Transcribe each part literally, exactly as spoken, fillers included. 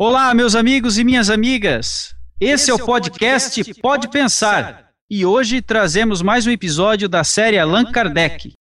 Olá, meus amigos e minhas amigas. Esse, Esse é o podcast, podcast Pode Pensar. E hoje trazemos mais um episódio da série Allan Kardec.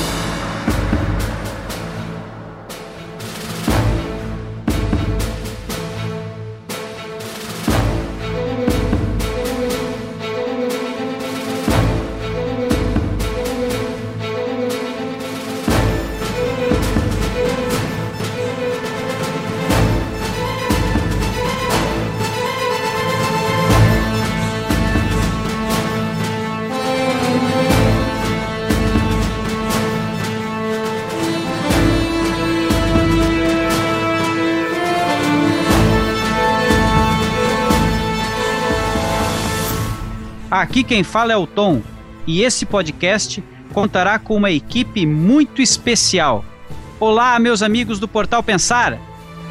Aqui quem fala é o Tom, e esse podcast contará com uma equipe muito especial. Olá, meus amigos do Portal Pensar!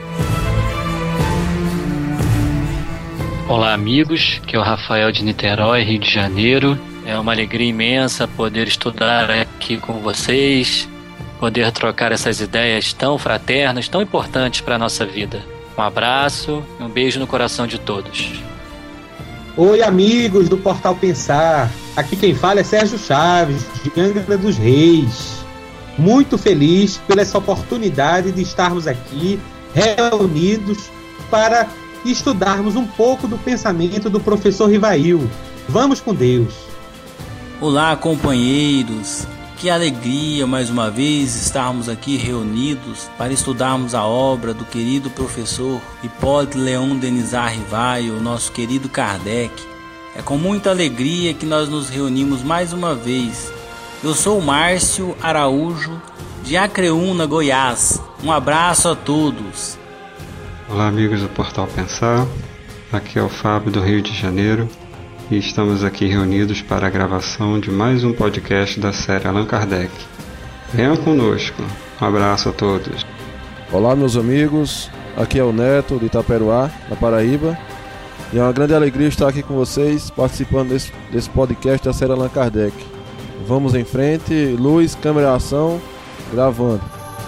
Olá, amigos, que é o Rafael de Niterói, Rio de Janeiro. É uma alegria imensa poder estudar aqui com vocês, poder trocar essas ideias tão fraternas, tão importantes para a nossa vida. Um abraço e um beijo no coração de todos. Oi, amigos do Portal Pensar, aqui quem fala é Sérgio Chaves, de Angra dos Reis. Muito feliz pela essa oportunidade de estarmos aqui reunidos para estudarmos um pouco do pensamento do professor Rivail. Vamos com Deus! Olá, companheiros! Que alegria mais uma vez estarmos aqui reunidos para estudarmos a obra do querido professor Hipólito Leon Denizar Rivail, nosso querido Kardec. É com muita alegria que nós nos reunimos mais uma vez. Eu sou Márcio Araújo, de Acreúna, Goiás. Um abraço a todos. Olá, amigos do Portal Pensar. Aqui é o Fábio do Rio de Janeiro. E estamos aqui reunidos para a gravação de mais um podcast da série Allan Kardec. Venham conosco. Um abraço a todos. Olá, meus amigos. Aqui é o Neto, de Itaperuá, na Paraíba. E é uma grande alegria estar aqui com vocês, participando desse, desse podcast da série Allan Kardec. Vamos em frente. Luz, câmera, ação, gravando.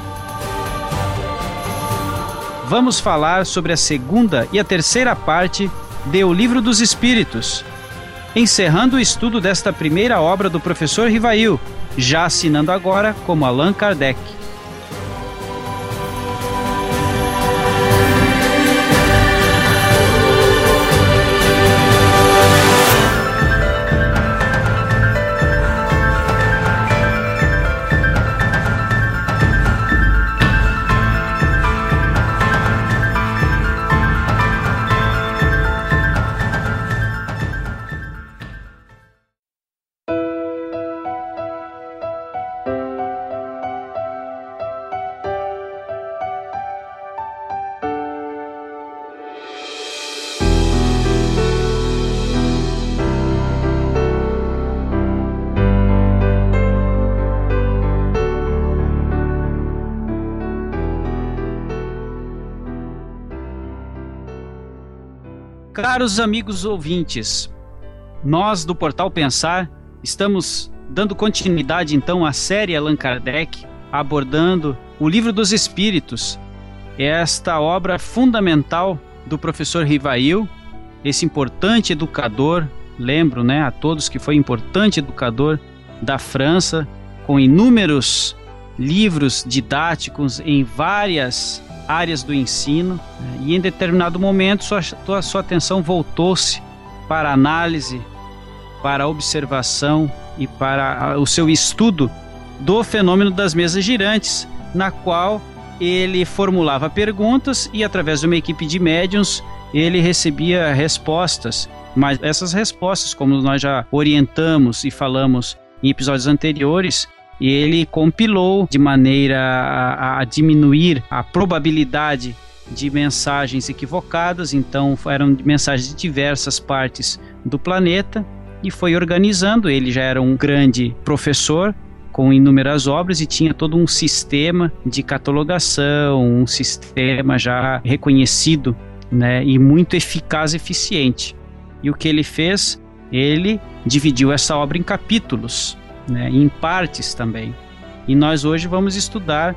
Vamos falar sobre a segunda e a terceira parte de O Livro dos Espíritos, encerrando o estudo desta primeira obra do professor Rivail, já assinando agora como Allan Kardec. Caros amigos ouvintes, nós do Portal Pensar estamos dando continuidade então à série Allan Kardec, abordando o Livro dos Espíritos, esta obra fundamental do professor Rivail, esse importante educador, lembro, né, a todos que foi importante educador da França, com inúmeros livros didáticos em várias áreas do ensino, e em determinado momento sua, sua atenção voltou-se para a análise, para a observação e para o seu estudo do fenômeno das mesas girantes, na qual ele formulava perguntas e através de uma equipe de médiuns ele recebia respostas, mas essas respostas, como nós já orientamos e falamos em episódios anteriores, e ele compilou de maneira a, a diminuir a probabilidade de mensagens equivocadas. Então eram mensagens de diversas partes do planeta e foi organizando. Ele já era um grande professor com inúmeras obras e tinha todo um sistema de catalogação, um sistema já reconhecido, né, e muito eficaz e eficiente. E o que ele fez? Ele dividiu essa obra em capítulos, né, em partes também. E nós hoje vamos estudar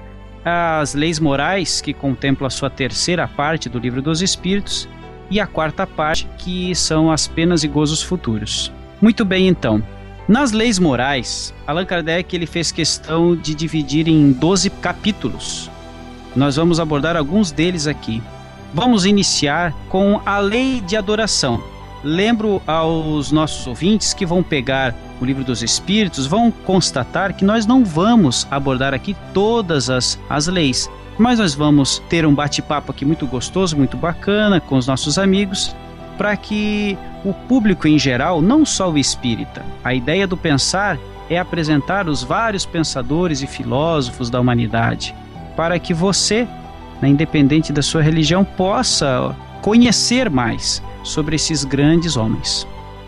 as leis morais, que contempla a sua terceira parte do Livro dos Espíritos, e a quarta parte, que são as penas e gozos futuros. Muito bem, então. Nas leis morais, Allan Kardec ele fez questão de dividir em doze capítulos. Nós vamos abordar alguns deles aqui. Vamos iniciar com a lei de adoração. Lembro aos nossos ouvintes que vão pegar o Livro dos Espíritos, vão constatar que nós não vamos abordar aqui todas as, as leis, mas nós vamos ter um bate-papo aqui muito gostoso, muito bacana com os nossos amigos, para que o público em geral, não só o espírita, a ideia do pensar é apresentar os vários pensadores e filósofos da humanidade, para que você, independente da sua religião, possa conhecer mais sobre esses grandes homens.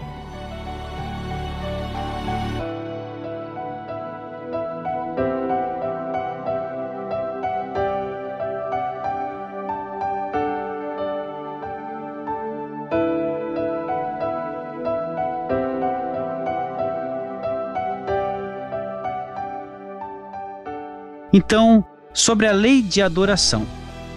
Então, sobre a lei de adoração.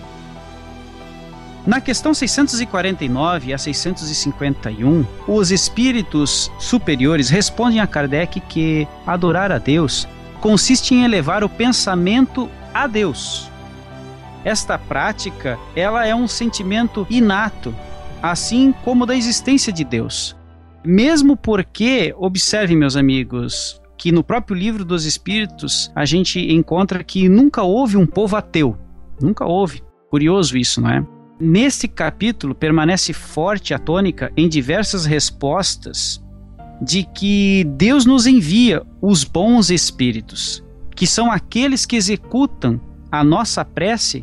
Na questão seiscentos e quarenta e nove a seiscentos e cinquenta e um, os espíritos superiores respondem a Kardec que adorar a Deus consiste em elevar o pensamento a Deus. Esta prática, ela é um sentimento inato, assim como da existência de Deus. Mesmo porque, observem, meus amigos, que no próprio Livro dos Espíritos a gente encontra que nunca houve um povo ateu. Nunca houve. Curioso isso, não é? Neste capítulo permanece forte a tônica em diversas respostas de que Deus nos envia os bons espíritos, que são aqueles que executam a nossa prece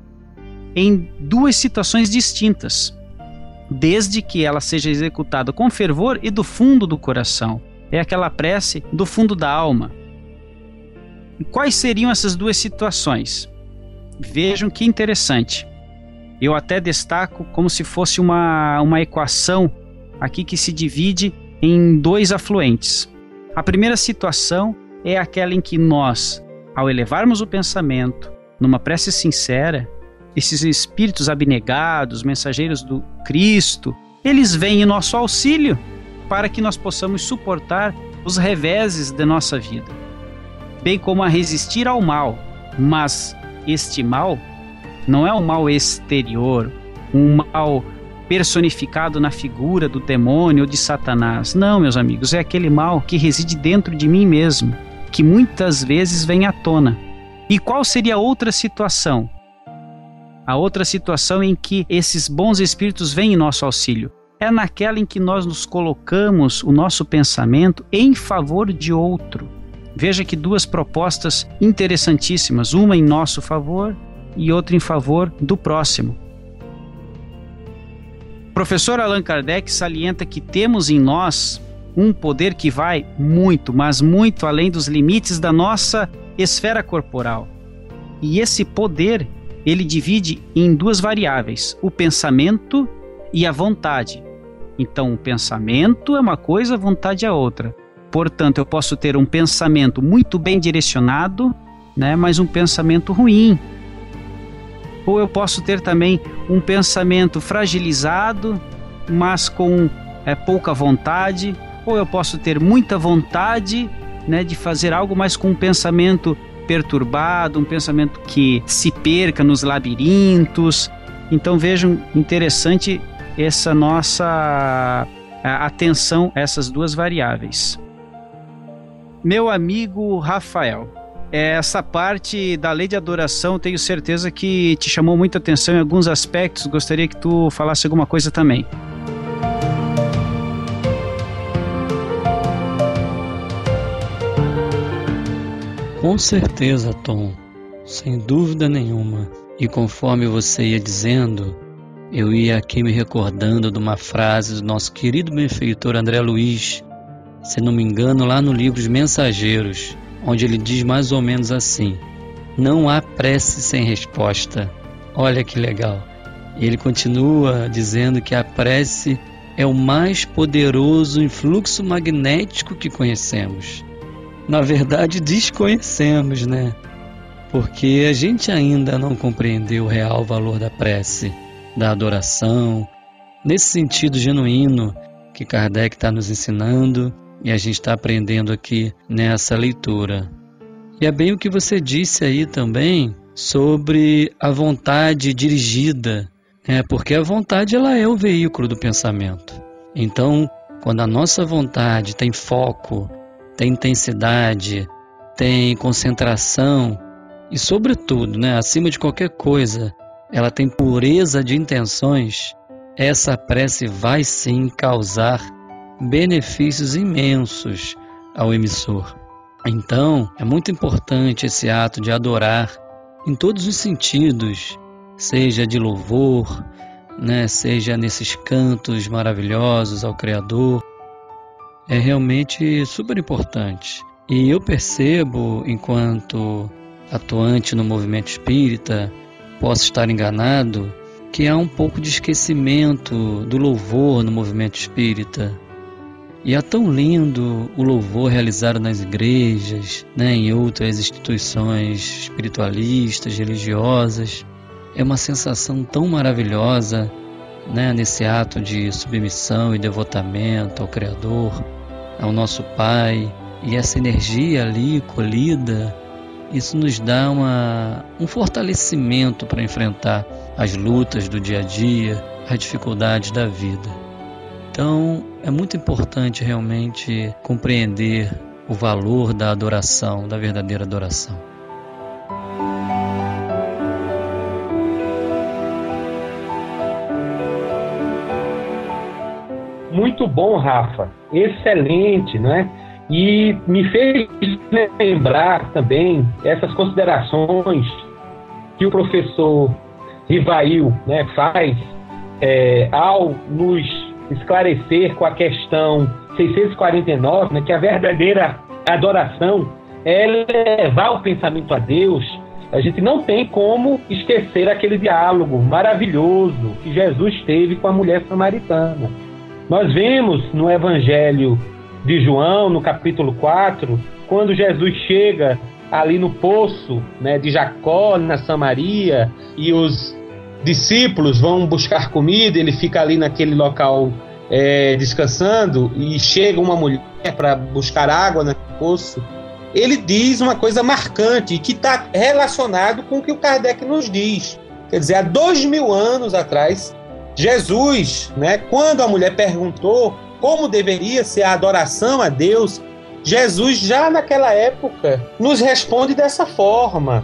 em duas situações distintas, desde que ela seja executada com fervor e do fundo do coração. É aquela prece do fundo da alma. E quais seriam essas duas situações? Vejam que interessante. Eu até destaco como se fosse uma, uma equação aqui que se divide em dois afluentes. A primeira situação é aquela em que nós, ao elevarmos o pensamento numa prece sincera, esses espíritos abnegados, mensageiros do Cristo, eles vêm em nosso auxílio para que nós possamos suportar os reveses da nossa vida, bem como a resistir ao mal. Mas este mal não é um mal exterior, um mal personificado na figura do demônio ou de Satanás. Não, meus amigos, é aquele mal que reside dentro de mim mesmo, que muitas vezes vem à tona. E qual seria a outra situação? A outra situação em que esses bons espíritos vêm em nosso auxílio é naquela em que nós nos colocamos o nosso pensamento em favor de outro. Veja que duas propostas interessantíssimas, uma em nosso favor e outra em favor do próximo. O professor Allan Kardec salienta que temos em nós um poder que vai muito, mas muito além dos limites da nossa esfera corporal. E esse poder, ele divide em duas variáveis, o pensamento e a vontade. Então, o pensamento é uma coisa, a vontade é outra. Portanto, eu posso ter um pensamento muito bem direcionado, né, mas um pensamento ruim. Ou eu posso ter também um pensamento fragilizado, mas com é, pouca vontade. Ou eu posso ter muita vontade, né, de fazer algo, mas com um pensamento perturbado, um pensamento que se perca nos labirintos. Então, vejam, interessante essa nossa atenção a essas duas variáveis. Meu amigo Rafael, essa parte da lei de adoração tenho certeza que te chamou muita atenção em alguns aspectos. Gostaria que tu falasse alguma coisa também. Com certeza, Tom, sem dúvida nenhuma. E conforme você ia dizendo, eu ia aqui me recordando de uma frase do nosso querido benfeitor André Luiz, se não me engano, lá no livro Os Mensageiros, onde ele diz mais ou menos assim: não há prece sem resposta. Olha que legal. Ele continua dizendo que a prece é o mais poderoso influxo magnético que conhecemos. Na verdade, desconhecemos, né? porque a gente ainda não compreendeu o real valor da prece, da adoração, nesse sentido genuíno que Kardec está nos ensinando e a gente está aprendendo aqui nessa leitura. E é bem o que você disse aí também sobre a vontade dirigida, né? Porque a vontade ela é o veículo do pensamento. Então, quando a nossa vontade tem foco, tem intensidade, tem concentração e, sobretudo, né, acima de qualquer coisa, ela tem pureza de intenções, essa prece vai sim causar benefícios imensos ao emissor. Então, é muito importante esse ato de adorar em todos os sentidos, seja de louvor, né, seja nesses cantos maravilhosos ao Criador. É realmente super importante. E eu percebo, enquanto atuante no movimento espírita, posso estar enganado, que há um pouco de esquecimento do louvor no movimento espírita. E é tão lindo o louvor realizado nas igrejas, né, em outras instituições espiritualistas, religiosas. É uma sensação tão maravilhosa, né, nesse ato de submissão e devotamento ao Criador, ao nosso Pai. E essa energia ali colhida, isso nos dá uma, um fortalecimento para enfrentar as lutas do dia a dia, as dificuldades da vida. Então, é muito importante realmente compreender o valor da adoração, da verdadeira adoração. Muito bom, Rafa. Excelente, né? E me fez lembrar também essas considerações que o professor Rivail, né, faz é, ao nos esclarecer com a questão seiscentos e quarenta e nove, né, que a verdadeira adoração é levar o pensamento a Deus. A gente não tem como esquecer aquele diálogo maravilhoso que Jesus teve com a mulher samaritana. Nós vemos no Evangelho de João, no capítulo quatro, quando Jesus chega ali no poço, né, de Jacó, na Samaria, e os discípulos vão buscar comida, ele fica ali naquele local é, descansando, e chega uma mulher para buscar água no poço. Ele diz uma coisa marcante, que está relacionado com o que o Kardec nos diz. Quer dizer, há dois mil anos atrás, Jesus, né, quando a mulher perguntou como deveria ser a adoração a Deus, Jesus já naquela época nos responde dessa forma.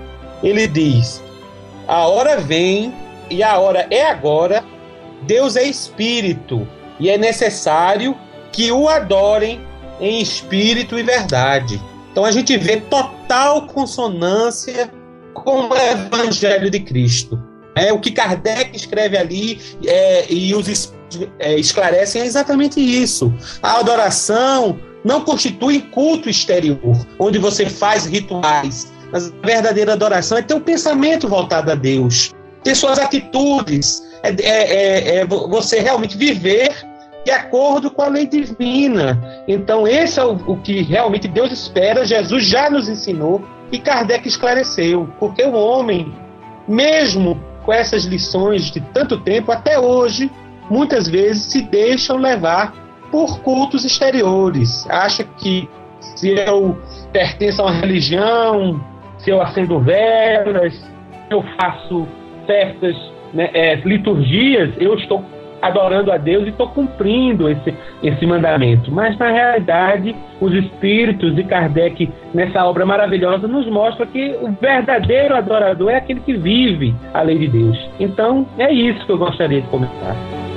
Ele diz: a hora vem e a hora é agora, Deus é espírito e é necessário que o adorem em espírito e verdade. Então a gente vê total consonância com o Evangelho de Cristo. É, o que Kardec escreve ali é, e os é, esclarecem é exatamente isso. A adoração não constitui culto exterior, onde você faz rituais. Mas a verdadeira adoração é ter um pensamento voltado a Deus, ter suas atitudes, é, é, é, é você realmente viver de acordo com a lei divina. Então esse é o, o que realmente Deus espera. Jesus já nos ensinou e Kardec esclareceu, porque o homem, mesmo com essas lições de tanto tempo, até hoje, muitas vezes se deixam levar por cultos exteriores. Acha que se eu pertenço a uma religião, se eu acendo velas, se eu faço certas né, é, liturgias, eu estou adorando a Deus e estou cumprindo esse, esse mandamento. Mas, na realidade, os Espíritos de Kardec, nessa obra maravilhosa, nos mostram que o verdadeiro adorador é aquele que vive a lei de Deus. Então, é isso que eu gostaria de comentar.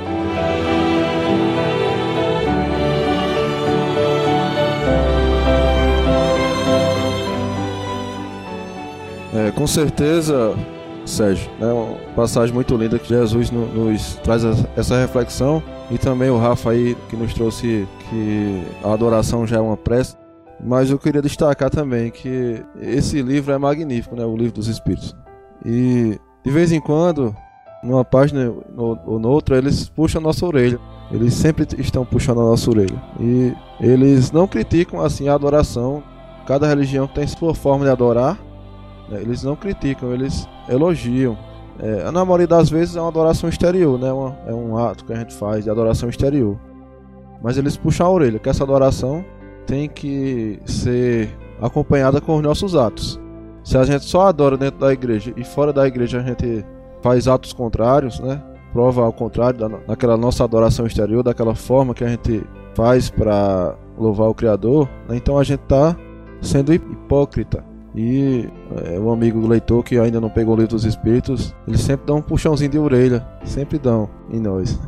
É, com certeza, Sérgio, é uma passagem muito linda que Jesus no, nos traz essa reflexão, e também o Rafa aí que nos trouxe que a adoração já é uma prece. Mas eu queria destacar também que esse livro é magnífico, né? O Livro dos Espíritos. E de vez em quando, numa página ou noutra, eles puxam a nossa orelha. Eles sempre estão puxando a nossa orelha. E eles não criticam assim a adoração. Cada religião tem sua forma de adorar. né? Eles não criticam, eles elogiam. É, na maioria das vezes é uma adoração exterior, né? Uma, é um ato que a gente faz de adoração exterior. Mas eles puxam a orelha, que essa adoração tem que ser acompanhada com os nossos atos. Se a gente só adora dentro da igreja e fora da igreja a gente faz atos contrários, né? Prova ao contrário da, daquela nossa adoração exterior, daquela forma que a gente faz para louvar o Criador, né? Então a gente está sendo hipócrita. E é, o amigo do leitor que ainda não pegou o livro dos Espíritos, eles sempre dão um puxãozinho de orelha, sempre dão em nós.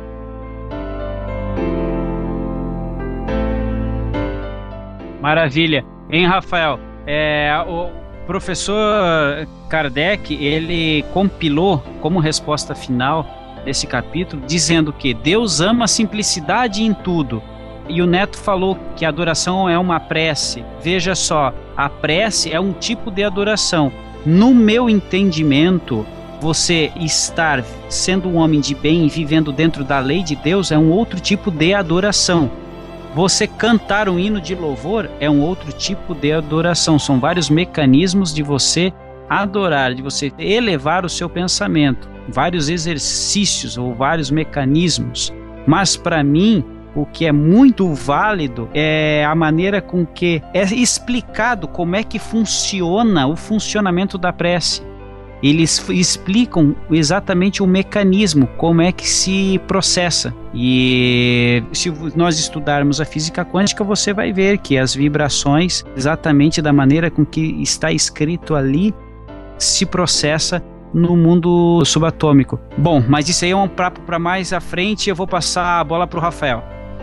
Maravilha. Hein, Rafael? É, o professor Kardec, ele compilou como resposta final desse capítulo, dizendo que Deus ama a simplicidade em tudo. E o Neto falou que a adoração é uma prece. Veja só, a prece é um tipo de adoração. No meu entendimento, você estar sendo um homem de bem e vivendo dentro da lei de Deus é um outro tipo de adoração. Você cantar um hino de louvor é um outro tipo de adoração. São vários mecanismos de você adorar, de você elevar o seu pensamento. Vários exercícios ou vários mecanismos. Mas para mim, o que é muito válido é a maneira com que é explicado como é que funciona o funcionamento da prece. Eles explicam exatamente o mecanismo, como é que se processa. E se nós estudarmos a física quântica, você vai ver que as vibrações, exatamente da maneira com que está escrito ali, se processa no mundo subatômico. Bom, mas isso aí é um papo para mais à frente. Eu vou passar a bola para o Rafael.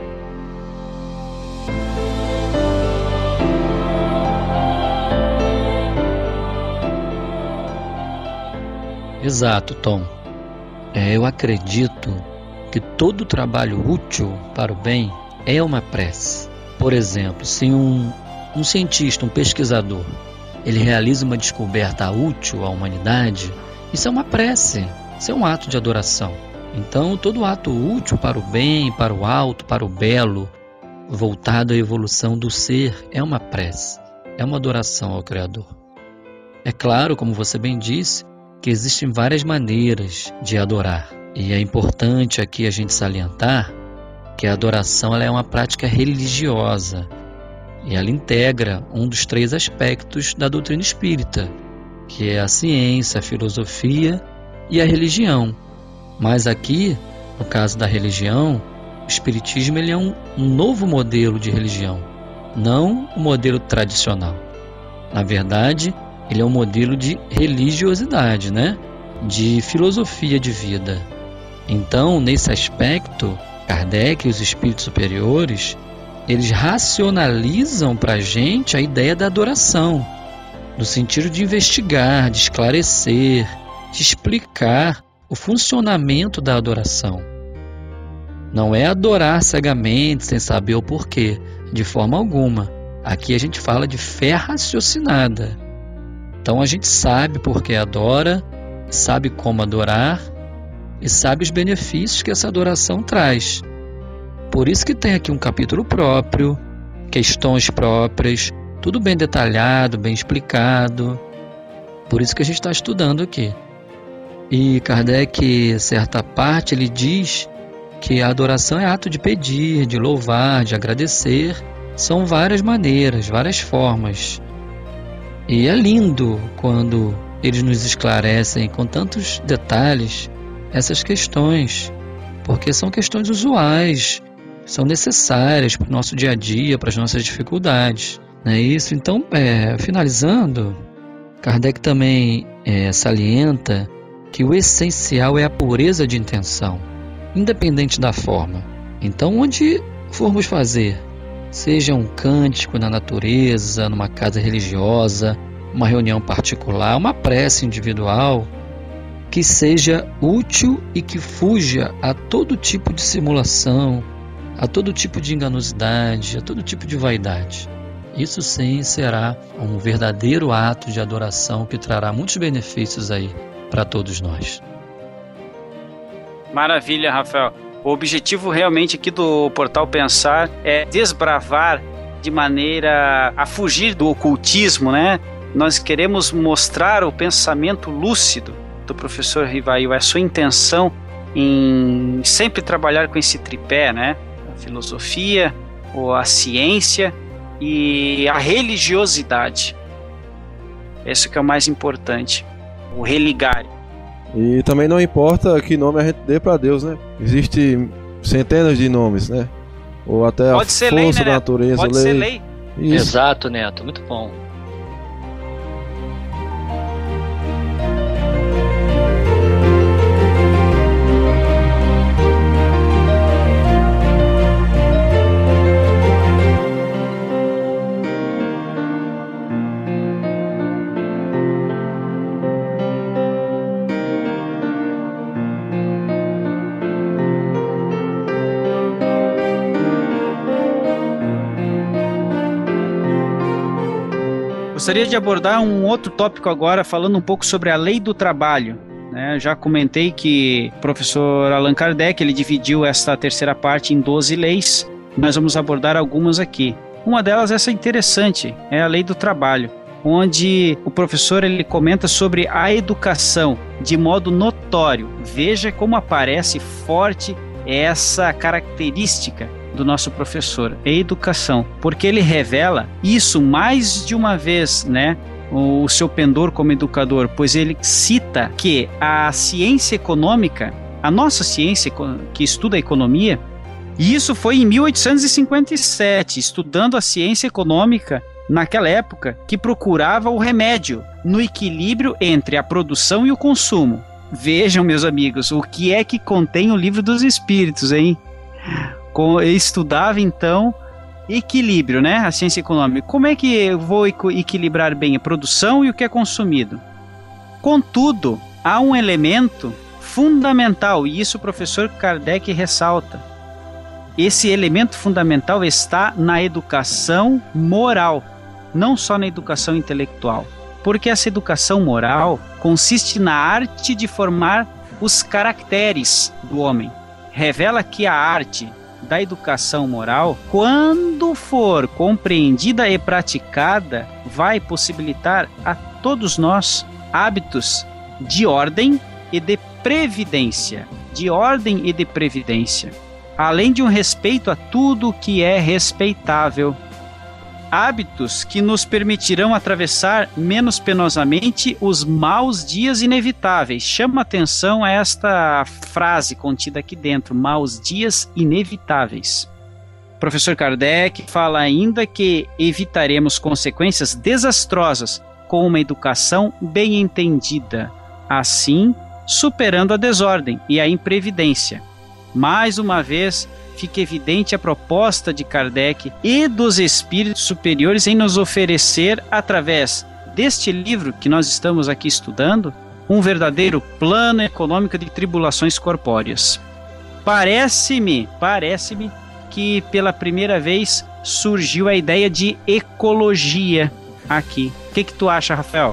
Exato, Tom. É, eu acredito que todo trabalho útil para o bem é uma prece. Por exemplo, se um, um cientista, um pesquisador, ele realiza uma descoberta útil à humanidade, isso é uma prece, isso é um ato de adoração. Então, todo ato útil para o bem, para o alto, para o belo, voltado à evolução do ser, é uma prece, é uma adoração ao Criador. É claro, como você bem disse, que existem várias maneiras de adorar. E é importante aqui a gente salientar que a adoração ela é uma prática religiosa e ela integra um dos três aspectos da doutrina espírita, que é a ciência, a filosofia e a religião. Mas aqui, no caso da religião, o espiritismo ele é um, um novo modelo de religião, não o modelo tradicional. Na verdade, ele é um modelo de religiosidade, né? De filosofia de vida. Então, nesse aspecto, Kardec e os espíritos superiores, eles racionalizam para a gente a ideia da adoração, no sentido de investigar, de esclarecer, de explicar o funcionamento da adoração. Não é adorar cegamente, sem saber o porquê, de forma alguma. Aqui a gente fala de fé raciocinada. Então a gente sabe por que adora, sabe como adorar e sabe os benefícios que essa adoração traz. Por isso que tem aqui um capítulo próprio, questões próprias, tudo bem detalhado, bem explicado. Por isso que a gente está estudando aqui. E Kardec, certa parte, ele diz que a adoração é ato de pedir, de louvar, de agradecer. São várias maneiras, várias formas. E é lindo quando eles nos esclarecem com tantos detalhes essas questões, porque são questões usuais, são necessárias para o nosso dia a dia, para as nossas dificuldades. Não é isso? Então, é, finalizando, Kardec também é, salienta que o essencial é a pureza de intenção, independente da forma. Então, onde formos fazer, seja um cântico na natureza, numa casa religiosa, uma reunião particular, uma prece individual, que seja útil e que fuja a todo tipo de simulação, a todo tipo de enganosidade, a todo tipo de vaidade. Isso sim será um verdadeiro ato de adoração que trará muitos benefícios aí para todos nós. Maravilha, Rafael. O objetivo realmente aqui do Portal Pensar é desbravar de maneira a fugir do ocultismo, né? nós queremos mostrar o pensamento lúcido do professor Rivail, a sua intenção em sempre trabalhar com esse tripé, né? A filosofia, ou a ciência e a religiosidade. Isso que é o mais importante, o religar. E também não importa que nome a gente dê para Deus, né? Existem centenas de nomes, né? Ou até Pode a ser força lei, né, da natureza. Pode lei. ser lei. Isso. Exato, Neto, muito bom. Gostaria de abordar um outro tópico agora, falando um pouco sobre a lei do trabalho. Né? Já comentei que o professor Allan Kardec ele dividiu esta terceira parte em doze leis. Nós vamos abordar algumas aqui. Uma delas, essa interessante, é a lei do trabalho, onde o professor ele comenta sobre a educação de modo notório. Veja como aparece forte essa característica do nosso professor, a educação, porque ele revela isso mais de uma vez, né? O seu pendor como educador, pois ele cita que a ciência econômica, a nossa ciência que estuda a economia, e isso foi em mil oitocentos e cinquenta e sete, estudando a ciência econômica naquela época, que procurava o remédio no equilíbrio entre a produção e o consumo. Vejam, meus amigos, o que é que contém o Livro dos Espíritos, hein? Estudava então equilíbrio, né? A ciência econômica. Como é que eu vou equilibrar bem a produção e o que é consumido? Contudo, há um elemento fundamental, e isso o professor Kardec ressalta. Esse elemento fundamental está na educação moral, não só na educação intelectual. Porque essa educação moral consiste na arte de formar os caracteres do homem. Revela que a arte da educação moral, quando for compreendida e praticada, vai possibilitar a todos nós hábitos de ordem e de previdência, de ordem e de previdência, além de um respeito a tudo que é respeitável. Hábitos que nos permitirão atravessar menos penosamente os maus dias inevitáveis. Chama atenção a esta frase contida aqui dentro, maus dias inevitáveis. O professor Kardec fala ainda que evitaremos consequências desastrosas com uma educação bem entendida, assim superando a desordem e a imprevidência. Mais uma vez, fica evidente a proposta de Kardec e dos espíritos superiores em nos oferecer, através deste livro que nós estamos aqui estudando, um verdadeiro plano econômico de tribulações corpóreas. Parece-me, parece-me que pela primeira vez surgiu a ideia de ecologia aqui. O que que tu acha, Rafael?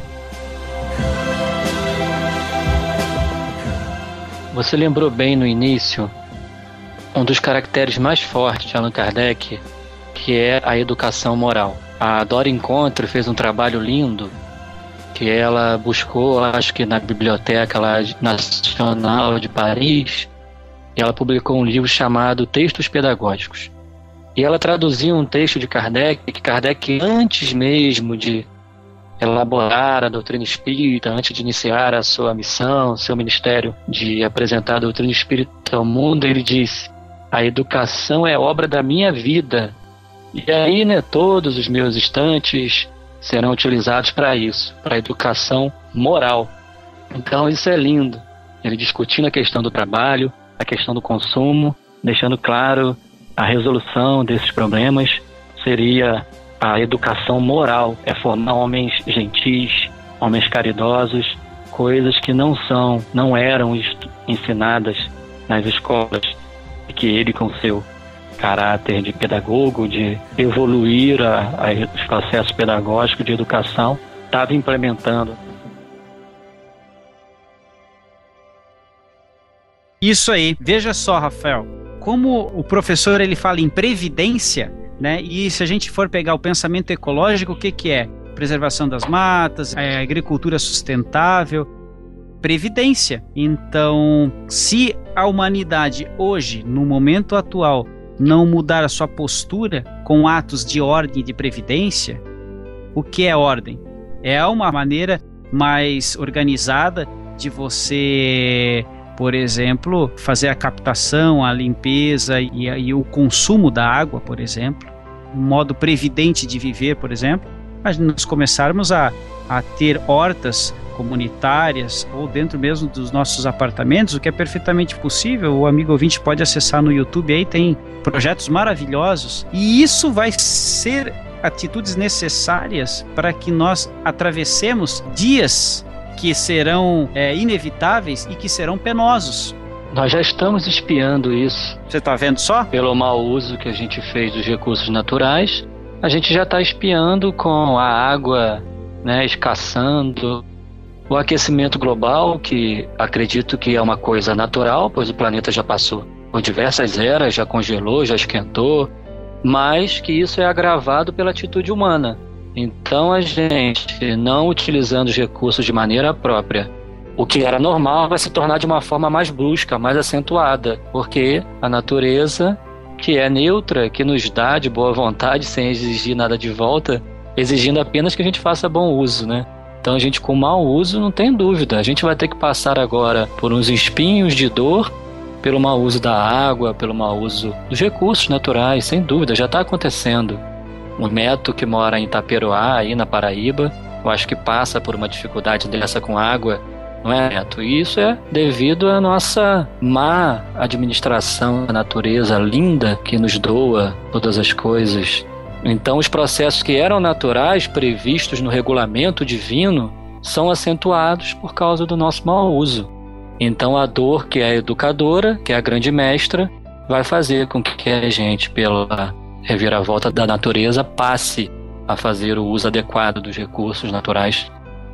Você lembrou bem no início um dos caracteres mais fortes de Allan Kardec, que é a educação moral. A Dora Encontro fez um trabalho lindo, que ela buscou, acho que na Biblioteca lá, Nacional de Paris, e ela publicou um livro chamado Textos Pedagógicos. E ela traduziu um texto de Kardec, que Kardec, antes mesmo de elaborar a doutrina espírita, antes de iniciar a sua missão, seu ministério de apresentar a doutrina espírita ao mundo, ele disse: a educação é obra da minha vida. E aí, né, todos os meus instantes serão utilizados para isso, para a educação moral. Então isso é lindo. Ele discutindo a questão do trabalho, a questão do consumo, deixando claro a resolução desses problemas seria a educação moral, é formar homens gentis, homens caridosos, coisas que não são, não eram ensinadas nas escolas, e que ele, com seu caráter de pedagogo, de evoluir a, a, os processos pedagógicos de educação, estava implementando. Isso aí. Veja só, Rafael, como o professor ele fala em previdência, né? E se a gente for pegar o pensamento ecológico, o que que é? preservação das matas, a agricultura sustentável, previdência. Então, se a humanidade hoje, no momento atual, não mudar a sua postura com atos de ordem e de previdência, o que é ordem? É uma maneira mais organizada de você, por exemplo, fazer a captação, a limpeza e, a, e o consumo da água, por exemplo, um modo previdente de viver, por exemplo, mas nós começarmos a, a ter hortas comunitárias ou dentro mesmo dos nossos apartamentos, o que é perfeitamente possível. O amigo ouvinte pode acessar no YouTube, aí tem projetos maravilhosos, e isso vai ser atitudes necessárias para que nós atravessemos dias que serão é, inevitáveis e que serão penosos. Nós já estamos espiando isso. Você está vendo só? Pelo mau uso que a gente fez dos recursos naturais, a gente já está espiando com a água, né, escassando, o aquecimento global, que acredito que é uma coisa natural, pois o planeta já passou por diversas eras, já congelou, já esquentou, mas que isso é agravado pela atitude humana. Então a gente, não utilizando os recursos de maneira própria, o que era normal vai se tornar de uma forma mais brusca, mais acentuada, porque a natureza, que é neutra, que nos dá de boa vontade, sem exigir nada de volta, exigindo apenas que a gente faça bom uso, né? Então a gente, com mau uso, não tem dúvida, a gente vai ter que passar agora por uns espinhos de dor, pelo mau uso da água, pelo mau uso dos recursos naturais, sem dúvida, já está acontecendo. O Neto, que mora em Itaperuá, aí na Paraíba, eu acho que passa por uma dificuldade dessa com água, não é, Neto? E isso é devido à nossa má administração da natureza linda que nos doa todas as coisas. Então os processos que eram naturais, previstos no regulamento divino, são acentuados por causa do nosso mau uso. Então a dor, que é a educadora, que é a grande mestra, vai fazer com que a gente, pela reviravolta da natureza, passe a fazer o uso adequado dos recursos naturais.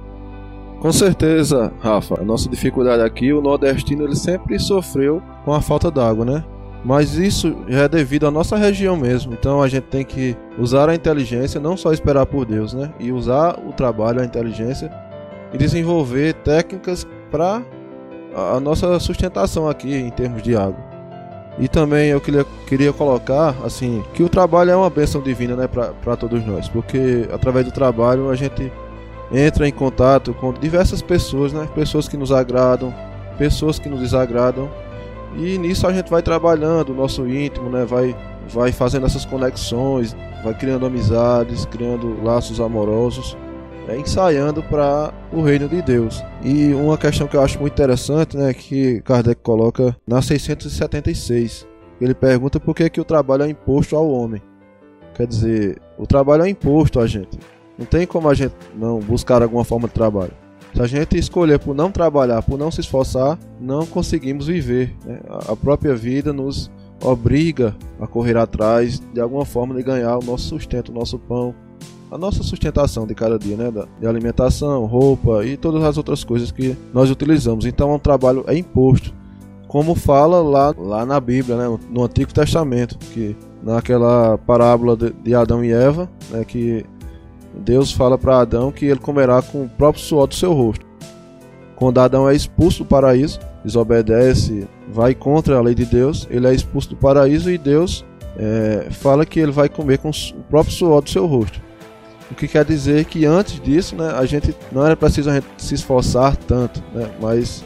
Com certeza, Rafa, a nossa dificuldade aqui, o nordestino ele sempre sofreu com a falta d'água, né? Mas isso já é devido à nossa região mesmo, então a gente tem que usar a inteligência, não só esperar por Deus, né? E usar o trabalho, a inteligência, e desenvolver técnicas para a nossa sustentação aqui em termos de água. E também eu queria, queria colocar assim, que o trabalho é uma bênção divina, né, para todos nós, porque através do trabalho a gente entra em contato com diversas pessoas, né, pessoas que nos agradam, pessoas que nos desagradam, e nisso a gente vai trabalhando o nosso íntimo, né, vai, vai fazendo essas conexões, vai criando amizades, criando laços amorosos, é, ensaiando para o reino de Deus. E uma questão que eu acho muito interessante, né, que Kardec coloca na seiscentos e setenta e seis. Ele pergunta por que, que o trabalho é imposto ao homem. Quer dizer, o trabalho é imposto a gente. Não tem como a gente não buscar alguma forma de trabalho. Se a gente escolher por não trabalhar, por não se esforçar, não conseguimos viver, né? A própria vida nos obriga a correr atrás de alguma forma de ganhar o nosso sustento, o nosso pão, a nossa sustentação de cada dia, né? De alimentação, roupa e todas as outras coisas que nós utilizamos. Então, um trabalho é imposto, como fala lá, lá na Bíblia, né? No Antigo Testamento, que naquela parábola de, de Adão e Eva, né? Que Deus fala para Adão que ele comerá com o próprio suor do seu rosto. Quando Adão é expulso do paraíso, desobedece, vai contra a lei de Deus, ele é expulso do paraíso e Deus é, fala que ele vai comer com o próprio suor do seu rosto. O que quer dizer que antes disso, né, a gente não era preciso a gente se esforçar tanto, né, mas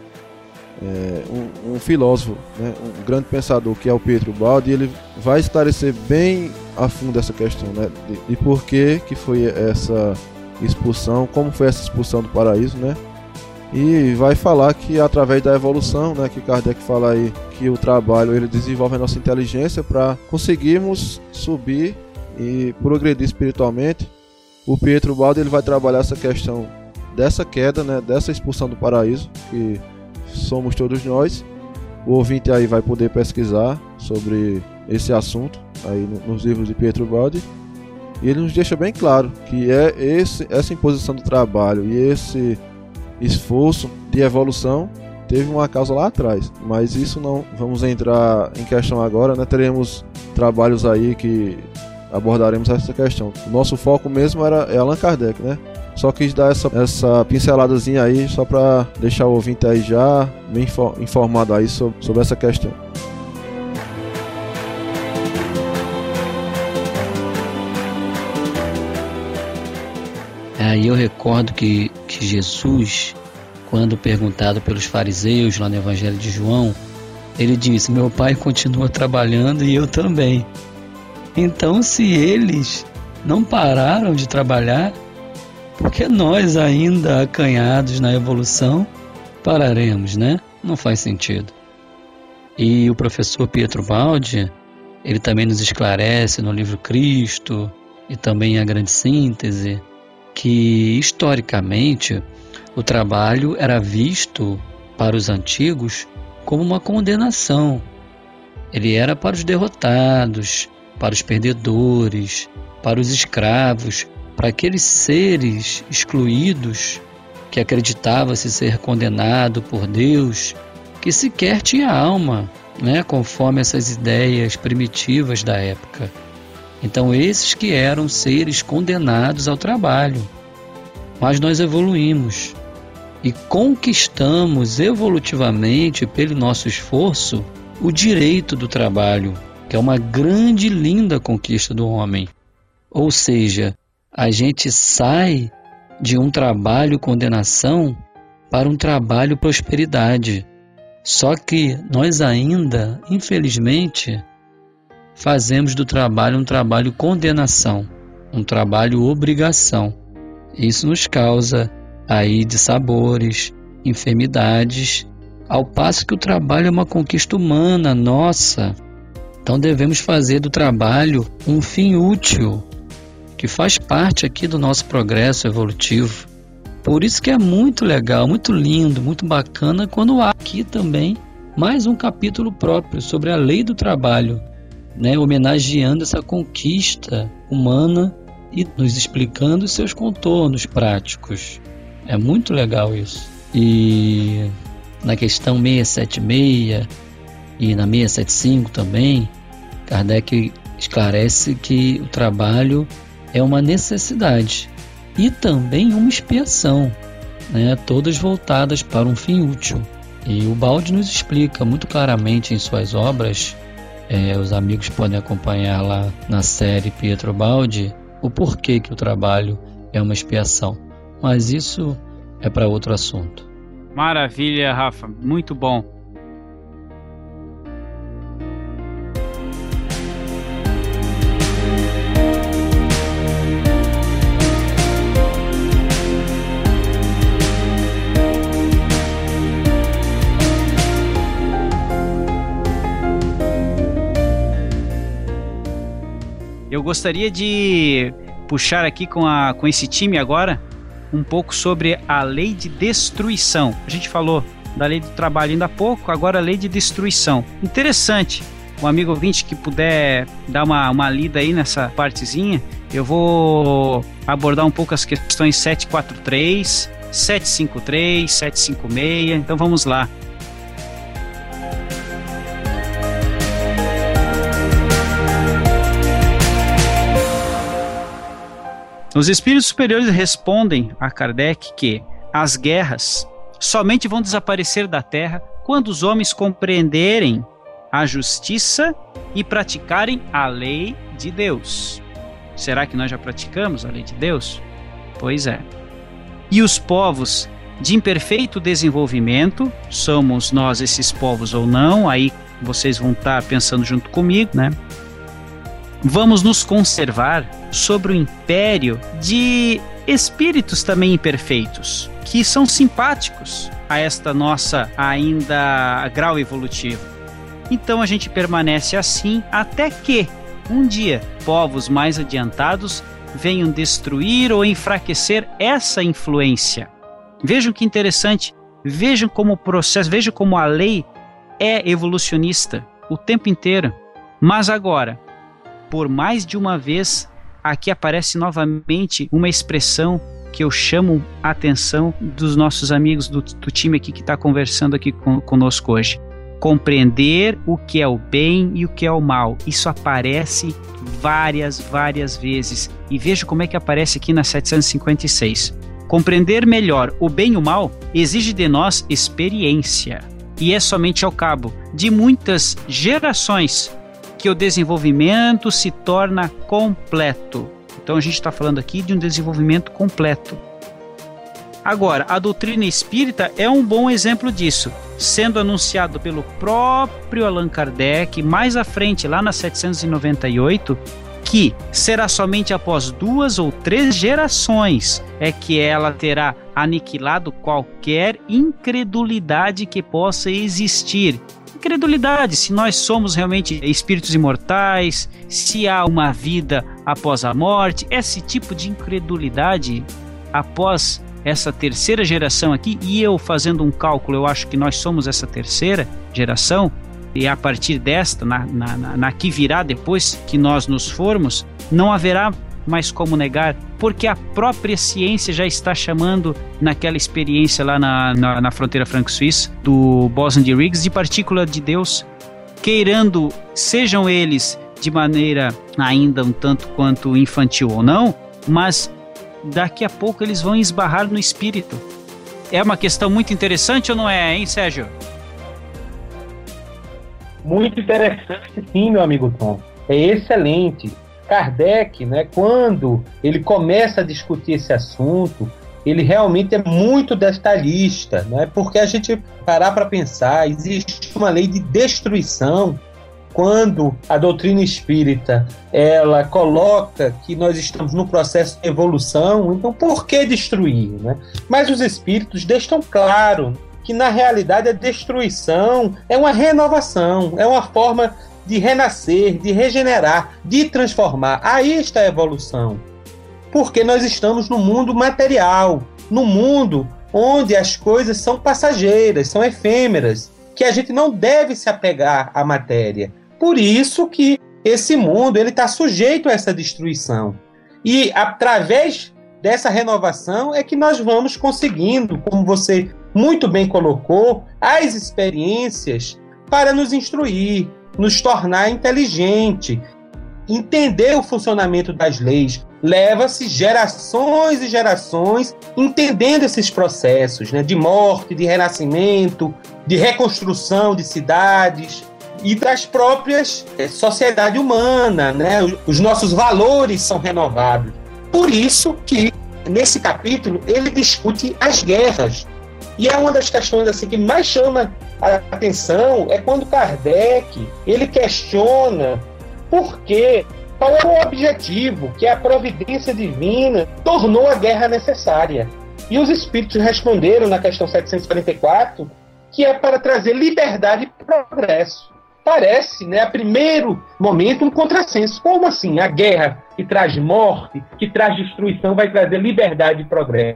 é, um, um filósofo, né, um grande pensador que é o Pietro Baldi, ele vai esclarecer bem a fundo essa questão, né, de, de por que que foi essa expulsão, como foi essa expulsão do paraíso, né, e vai falar que através da evolução, né, que Kardec fala aí, que o trabalho ele desenvolve a nossa inteligência para conseguirmos subir e progredir espiritualmente. O Pietro Baldi ele vai trabalhar essa questão dessa queda, né, dessa expulsão do paraíso, que somos todos nós. O ouvinte aí vai poder pesquisar sobre esse assunto aí nos livros de Pietro Baldi, e ele nos deixa bem claro que é esse, essa imposição do trabalho e esse esforço de evolução teve uma causa lá atrás, mas isso não vamos entrar em questão agora, né? Teremos trabalhos aí que abordaremos essa questão. O nosso foco mesmo era é Allan Kardec, né? Só quis dar essa, essa pinceladazinha aí, só para deixar o ouvinte aí já bem informado aí sobre, sobre essa questão. Aí eu recordo que, que Jesus, quando perguntado pelos fariseus lá no Evangelho de João, ele disse: meu pai continua trabalhando e eu também. Então, se eles não pararam de trabalhar, porque nós, ainda acanhados na evolução, pararemos, né? Não faz sentido. E o professor Pietro Baldi, ele também nos esclarece no livro Cristo e também a Grande Síntese, que historicamente o trabalho era visto para os antigos como uma condenação. Ele era para os derrotados, para os perdedores, para os escravos, para aqueles seres excluídos que acreditava-se ser condenado por Deus, que sequer tinha alma, né, conforme essas ideias primitivas da época. Então esses que eram seres condenados ao trabalho. Mas nós evoluímos e conquistamos evolutivamente, pelo nosso esforço, o direito do trabalho, que é uma grande e linda conquista do homem. Ou seja, a gente sai de um trabalho condenação para um trabalho prosperidade. Só que nós ainda, infelizmente, fazemos do trabalho um trabalho condenação, um trabalho obrigação. Isso nos causa aí dissabores, enfermidades, ao passo que o trabalho é uma conquista humana nossa. Então devemos fazer do trabalho um fim útil, que faz parte aqui do nosso progresso evolutivo. Por isso que é muito legal, muito lindo, muito bacana quando há aqui também mais um capítulo próprio sobre a lei do trabalho, né, homenageando essa conquista humana e nos explicando seus contornos práticos. É muito legal isso. E na questão seiscentos e setenta e seis e na seiscentos e setenta e cinco também, Kardec esclarece que o trabalho é uma necessidade e também uma expiação, né, todas voltadas para um fim útil. E o Baldi nos explica muito claramente em suas obras, é, os amigos podem acompanhar lá na série Pietro Baldi, o porquê que o trabalho é uma expiação. Mas isso é para outro assunto. Maravilha, Rafa. Muito bom. Eu gostaria de puxar aqui com, a, com esse time agora um pouco sobre a lei de destruição. A gente falou da lei do trabalho ainda há pouco, agora a lei de destruição. Interessante, um amigo ouvinte que puder dar uma, uma lida aí nessa partezinha, eu vou abordar um pouco as questões setecentos e quarenta e três, setecentos e cinquenta e três, setecentos e cinquenta e seis, então vamos lá. Os espíritos superiores respondem a Kardec que as guerras somente vão desaparecer da Terra quando os homens compreenderem a justiça e praticarem a lei de Deus. Será que nós já praticamos a lei de Deus? Pois é. E os povos de imperfeito desenvolvimento, somos nós esses povos ou não, aí vocês vão estar pensando junto comigo, né? Vamos nos conservar sobre o império de espíritos também imperfeitos, que são simpáticos a esta nossa ainda grau evolutivo. Então a gente permanece assim até que um dia povos mais adiantados venham destruir ou enfraquecer essa influência. Vejam que interessante, vejam como o processo, vejam como a lei é evolucionista o tempo inteiro. Mas agora, por mais de uma vez, aqui aparece novamente uma expressão que eu chamo a atenção dos nossos amigos do, do time aqui que está conversando aqui com, conosco hoje. Compreender o que é o bem e o que é o mal. Isso aparece várias, várias vezes. E veja como é que aparece aqui na setecentos e cinquenta e seis. Compreender melhor o bem e o mal exige de nós experiência. E é somente ao cabo de muitas gerações que o desenvolvimento se torna completo. Então a gente está falando aqui de um desenvolvimento completo. Agora, a doutrina espírita é um bom exemplo disso, sendo anunciado pelo próprio Allan Kardec, mais à frente, lá na setecentos e noventa e oito, que será somente após duas ou três gerações é que ela terá aniquilado qualquer incredulidade que possa existir. Incredulidade, se nós somos realmente espíritos imortais, se há uma vida após a morte, esse tipo de incredulidade após essa terceira geração aqui, e eu fazendo um cálculo, eu acho que nós somos essa terceira geração, e a partir desta, na, na, na que virá depois que nós nos formos, não haverá mais como negar, porque a própria ciência já está chamando, naquela experiência lá na, na, na fronteira franco-suíça, do bóson de Higgs, de partícula de Deus, queirando, sejam eles de maneira ainda um tanto quanto infantil ou não, mas daqui a pouco eles vão esbarrar no espírito. É uma questão muito interessante ou não é, hein, Sérgio? Muito interessante, sim, meu amigo Tom. É excelente. Kardec, né, quando ele começa a discutir esse assunto, ele realmente é muito detalhista, né, porque a gente parar para pensar, existe uma lei de destruição. Quando a doutrina espírita ela coloca que nós estamos no processo de evolução, então por que destruir, né? Mas os espíritos deixam claro que na realidade a destruição é uma renovação, é uma forma de renascer, de regenerar, de transformar. Aí está a evolução. Porque nós estamos no mundo material, no mundo onde as coisas são passageiras, são efêmeras, que a gente não deve se apegar à matéria. Por isso que esse mundo ele está sujeito a essa destruição. E através dessa renovação é que nós vamos conseguindo, como você muito bem colocou, as experiências para nos instruir, nos tornar inteligente, entender o funcionamento das leis. Leva-se gerações e gerações entendendo esses processos, né, de morte, de renascimento, de reconstrução de cidades e das próprias é, sociedade humana, né? Os nossos valores são renovados. Por isso que, nesse capítulo, ele discute as guerras. E é uma das questões assim, que mais chama a atenção, é quando Kardec ele questiona por que, qual é o objetivo que a providência divina tornou a guerra necessária. E os espíritos responderam na questão setecentos e quarenta e quatro que é para trazer liberdade e progresso. Parece, né, a primeiro momento, um contrassenso. Como assim? A guerra que traz morte, que traz destruição, vai trazer liberdade e progresso?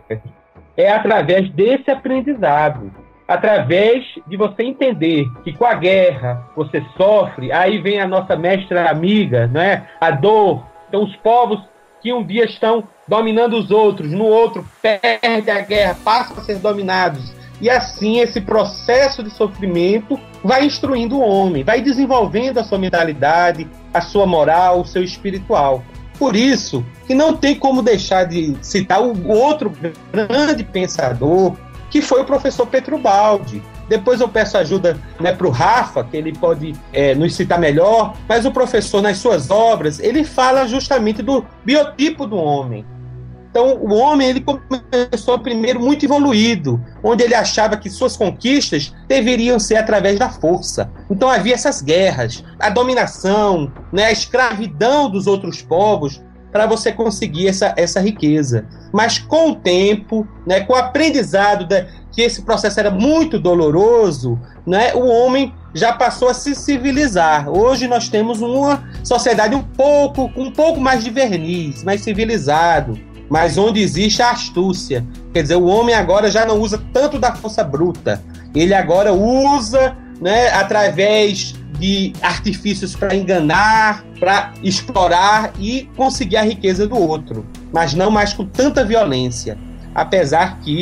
É através desse aprendizado, através de você entender que com a guerra você sofre, aí vem a nossa mestra amiga, não é? A dor. Então os povos que um dia estão dominando os outros, no outro perde a guerra, passam a ser dominados. E assim esse processo de sofrimento vai instruindo o homem, vai desenvolvendo a sua mentalidade, a sua moral, o seu espiritual. Por isso que não tem como deixar de citar o outro grande pensador, que foi o professor Petrobaldi. Depois eu peço ajuda, né, para o Rafa, que ele pode é, nos citar melhor, mas o professor, nas suas obras, ele fala justamente do biotipo do homem. Então, o homem ele começou primeiro muito evoluído, onde ele achava que suas conquistas deveriam ser através da força. Então, havia essas guerras, a dominação, né, a escravidão dos outros povos para você conseguir essa, essa riqueza. Mas, com o tempo, né, com o aprendizado de, que esse processo era muito doloroso, né, o homem já passou a se civilizar. Hoje nós temos uma sociedade um pouco, um pouco mais de verniz, mais civilizado, mas onde existe a astúcia. Quer dizer, o homem agora já não usa tanto da força bruta. Ele agora usa, né, através de artifícios para enganar, para explorar e conseguir a riqueza do outro. Mas não mais com tanta violência. Apesar que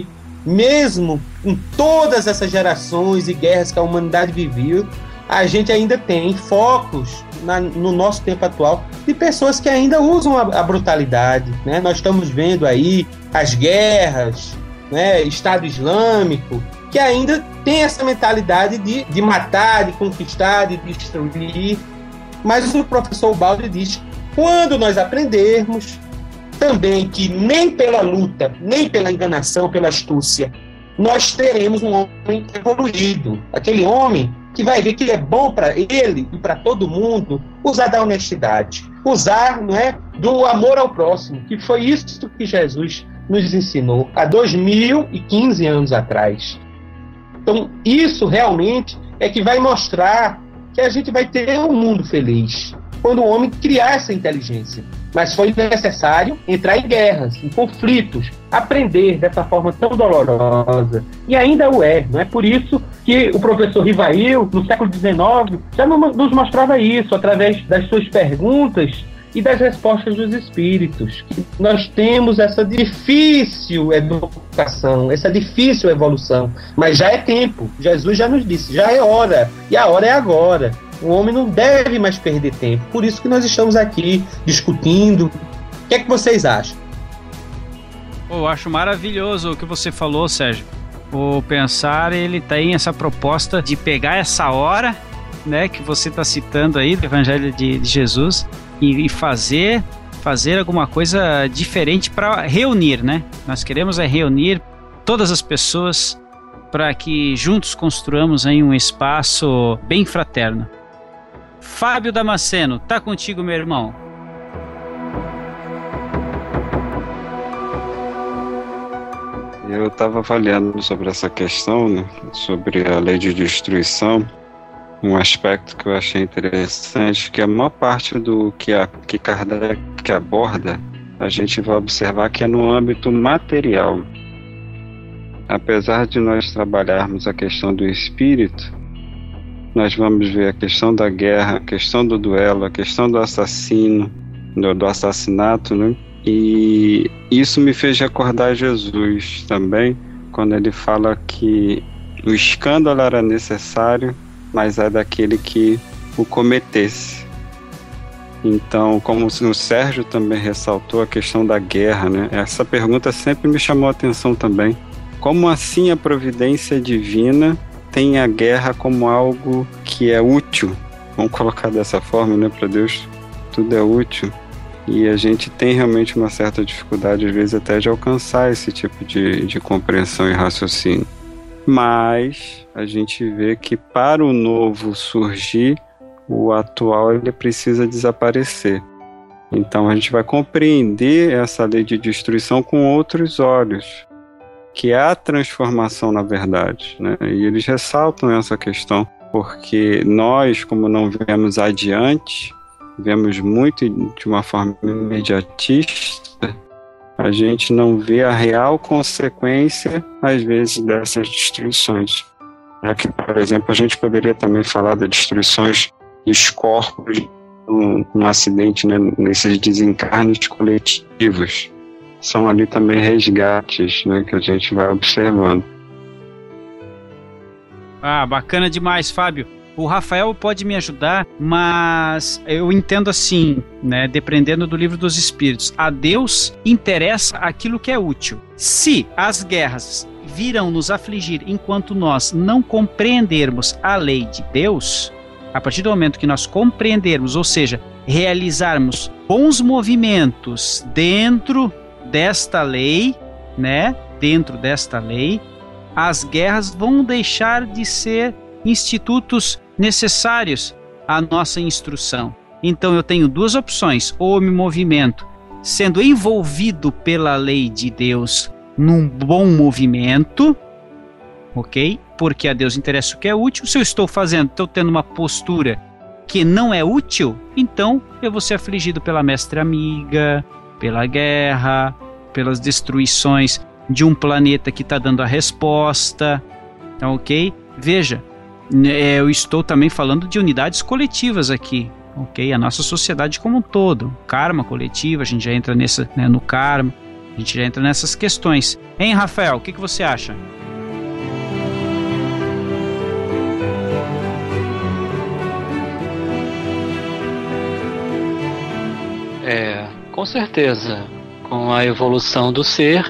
mesmo com todas essas gerações e guerras que a humanidade viveu, a gente ainda tem focos na, no nosso tempo atual de pessoas que ainda usam a, a brutalidade, né? Nós estamos vendo aí as guerras, né? Estado Islâmico, que ainda tem essa mentalidade de, de matar, de conquistar, de destruir. Mas o professor Ubaldi diz, quando nós aprendermos também que nem pela luta, nem pela enganação, pela astúcia, nós teremos um homem evoluído, aquele homem que vai ver que é bom para ele e para todo mundo usar da honestidade, usar, não é, do amor ao próximo, que foi isso que Jesus nos ensinou há dois mil e quinze anos atrás. Então, isso realmente é que vai mostrar que a gente vai ter um mundo feliz, quando o homem criar essa inteligência. Mas foi necessário entrar em guerras, em conflitos, aprender dessa forma tão dolorosa. E ainda o é, não é? Por isso que o professor Rivail, no século dezenove, já nos mostrava isso, através das suas perguntas e das respostas dos espíritos. Nós temos essa difícil educação, essa difícil evolução, mas já é tempo. Jesus já nos disse, já é hora, e a hora é agora. O homem não deve mais perder tempo. Por isso que nós estamos aqui discutindo. O que é que vocês acham? Eu acho maravilhoso o que você falou, Sérgio. O Pensar, ele tem essa proposta de pegar essa hora, né, que você está citando aí do Evangelho de, de Jesus e, e fazer, fazer alguma coisa diferente para reunir, né? Nós queremos é reunir todas as pessoas para que juntos construamos aí um espaço bem fraterno. Fábio Damasceno, tá contigo, meu irmão. Eu estava avaliando sobre essa questão, né, sobre a lei de destruição, um aspecto que eu achei interessante, que a maior parte do que, a, que Kardec aborda, a gente vai observar que é no âmbito material. Apesar de nós trabalharmos a questão do espírito, nós vamos ver a questão da guerra, a questão do duelo, a questão do assassino, do, do assassinato, né? E isso me fez recordar Jesus também, quando ele fala que o escândalo era necessário, mas é daquele que o cometesse. Então, como o Sérgio também ressaltou a questão da guerra, né? Essa pergunta sempre me chamou a atenção também. Como assim a providência divina tem a guerra como algo que é útil? Vamos colocar dessa forma, né? Para Deus tudo é útil. E a gente tem realmente uma certa dificuldade, às vezes, até de alcançar esse tipo de, de compreensão e raciocínio. Mas a gente vê que para o novo surgir, o atual ele precisa desaparecer. Então a gente vai compreender essa lei de destruição com outros olhos, que é a transformação na verdade, né? E eles ressaltam essa questão, porque nós, como não vemos adiante, vemos muito de uma forma imediatista, a gente não vê a real consequência, às vezes, dessas destruições. Aqui, por exemplo, a gente poderia também falar das destruições dos corpos num, num acidente, né, nesses desencarnes coletivos. São ali também resgates, né, que a gente vai observando. Ah, bacana demais, Fábio. O Rafael pode me ajudar, mas eu entendo assim, né, dependendo do Livro dos Espíritos, a Deus interessa aquilo que é útil. Se as guerras virão nos afligir enquanto nós não compreendermos a lei de Deus, a partir do momento que nós compreendermos, ou seja, realizarmos bons movimentos dentro desta lei, né, dentro desta lei, as guerras vão deixar de ser institutos necessários à nossa instrução. Então eu tenho duas opções: ou eu me movimento sendo envolvido pela lei de Deus num bom movimento, ok? Porque a Deus interessa o que é útil. Se eu estou fazendo, estou tendo uma postura que não é útil, então eu vou ser afligido pela mestre amiga, pela guerra, pelas destruições de um planeta que está dando a resposta, ok? Veja, eu estou também falando de unidades coletivas aqui, ok? A nossa sociedade como um todo, karma coletivo, a gente já entra nessa, né, no karma. A gente já entra nessas questões. Hein, Rafael, o que, que você acha? É, com certeza. Com a evolução do ser,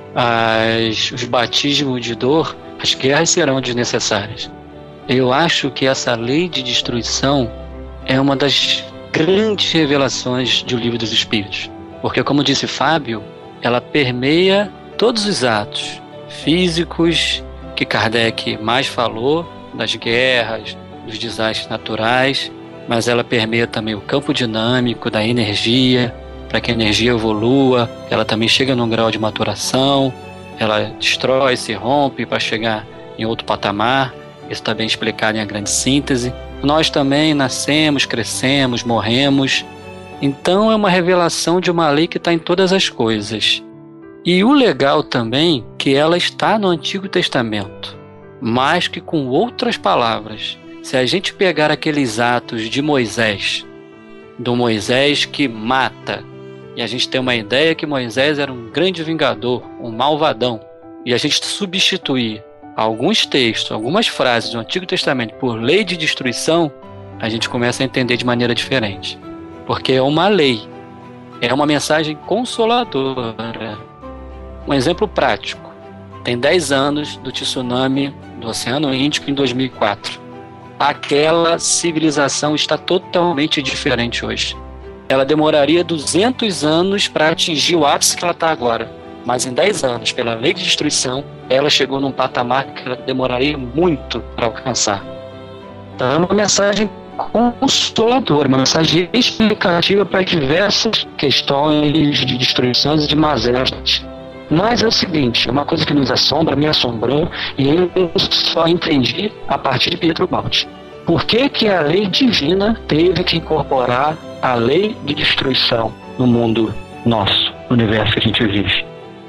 as, os batismos de dor, as guerras serão desnecessárias. Eu acho que essa lei de destruição é uma das grandes revelações do Livro dos Espíritos. Porque, como disse Fábio, ela permeia todos os atos físicos que Kardec mais falou, das guerras, dos desastres naturais, mas ela permeia também o campo dinâmico da energia, para que a energia evolua, ela também chega num grau de maturação, ela destrói, se rompe para chegar em outro patamar. Isso está bem explicado em A Grande Síntese. Nós também nascemos, crescemos, morremos. Então é uma revelação de uma lei que está em todas as coisas. E o legal também é que ela está no Antigo Testamento, mas que com outras palavras. Se a gente pegar aqueles atos de Moisés, do Moisés que mata, e a gente tem uma ideia que Moisés era um grande vingador, um malvadão, e a gente substituir alguns textos, algumas frases do Antigo Testamento por lei de destruição, a gente começa a entender de maneira diferente. Porque é uma lei, é uma mensagem consoladora. Um exemplo prático, tem dez anos do tsunami do Oceano Índico em dois mil e quatro. Aquela civilização está totalmente diferente hoje. Ela demoraria duzentos anos para atingir o ápice que ela está agora. Mas em dez anos, pela lei de destruição, ela chegou num patamar que ela demoraria muito para alcançar. Então é uma mensagem consoladora, uma mensagem explicativa para diversas questões de destruições e de mazelas. Mas é o seguinte, uma coisa que nos assombra, me assombrou, e eu só entendi a partir de Pietro Baldi. Por que que a lei divina teve que incorporar a lei de destruição no mundo nosso, no universo que a gente vive?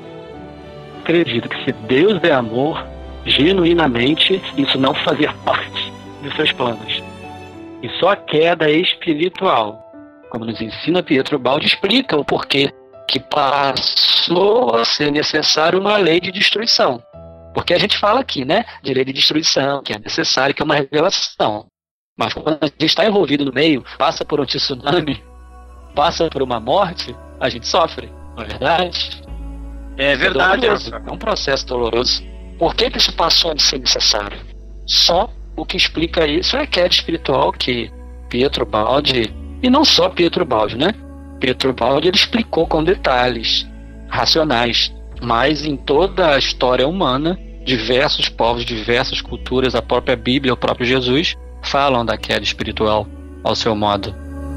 Acredito que se Deus é amor, genuinamente, isso não fazia parte dos seus planos. E só a queda espiritual, como nos ensina Pietro Baldi, explica o porquê que passou a ser necessário uma lei de destruição. Porque a gente fala aqui, né, de lei de destruição, que é necessário, que é uma revelação. Mas quando a gente está envolvido no meio, passa por um tsunami, passa por uma morte, a gente sofre, não é verdade? É verdade. É, é um processo doloroso. Por que que isso passou a ser necessário? Só o que explica isso é a queda espiritual que Pietro Baldi, e não só Pietro Baldi, né? Pietro Baldi ele explicou com detalhes racionais, mas em toda a história humana, diversos povos, diversas culturas, a própria Bíblia, o próprio Jesus, falam da queda espiritual ao seu modo.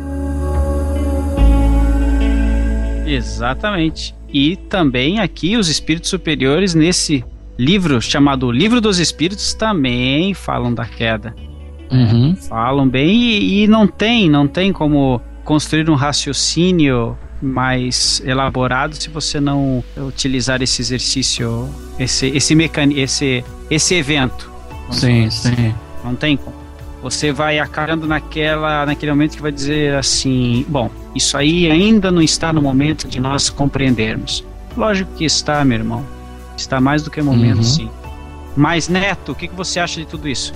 Exatamente. E também aqui os espíritos superiores nesse livro chamado Livro dos Espíritos também falam da queda. Uhum. Falam bem e, e não tem, não tem como construir um raciocínio mais elaborado se você não utilizar esse exercício, esse esse mecan... esse esse evento. Sim, sim. Não tem como. Você vai acabando naquela, naquele momento que vai dizer assim, bom, isso aí ainda não está no momento de nós compreendermos. Lógico que está, meu irmão. Está mais do que momento, uhum. Sim. Mas, Neto, o que, que você acha de tudo isso?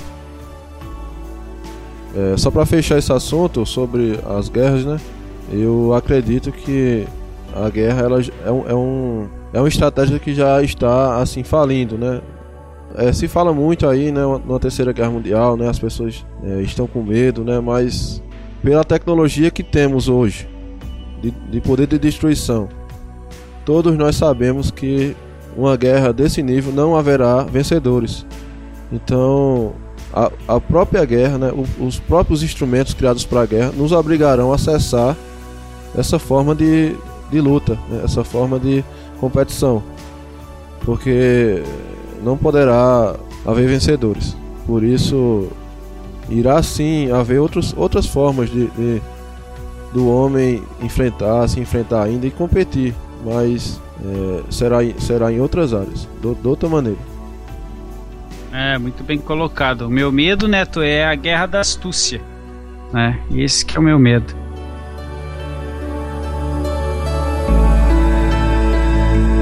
É, só para fechar esse assunto sobre as guerras, né? Eu acredito que a guerra ela é, um, é, um, é uma estratégia que já está assim falindo, né? É, se fala muito aí, né, na Terceira Guerra Mundial, né, as pessoas é, estão com medo, né, mas pela tecnologia que temos hoje, de, de poder de destruição, todos nós sabemos que uma guerra desse nível não haverá vencedores. Então, a, a própria guerra, né, o, os próprios instrumentos criados para a guerra nos obrigarão a cessar essa forma de, de luta, né, essa forma de competição, porque não poderá haver vencedores. Por isso, irá sim haver outros, outras formas de, de, do homem enfrentar, se enfrentar ainda e competir, mas é, será, será em outras áreas, do, de outra maneira. É, muito bem colocado. O meu medo, Neto, é a guerra da astúcia, né? Esse que é o meu medo.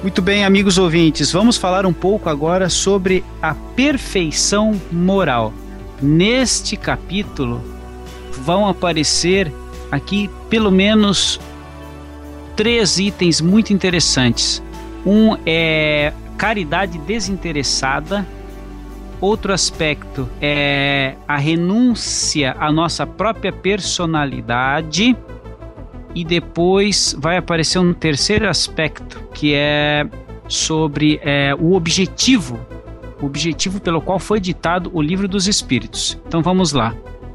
Muito bem, amigos ouvintes, vamos falar um pouco agora sobre a perfeição moral. Neste capítulo vão aparecer aqui pelo menos três itens muito interessantes. Um é caridade desinteressada, outro aspecto é a renúncia à nossa própria personalidade, e depois vai aparecer um terceiro aspecto, que é sobre é, o objetivo, o objetivo pelo qual foi ditado o Livro dos Espíritos. Então vamos lá.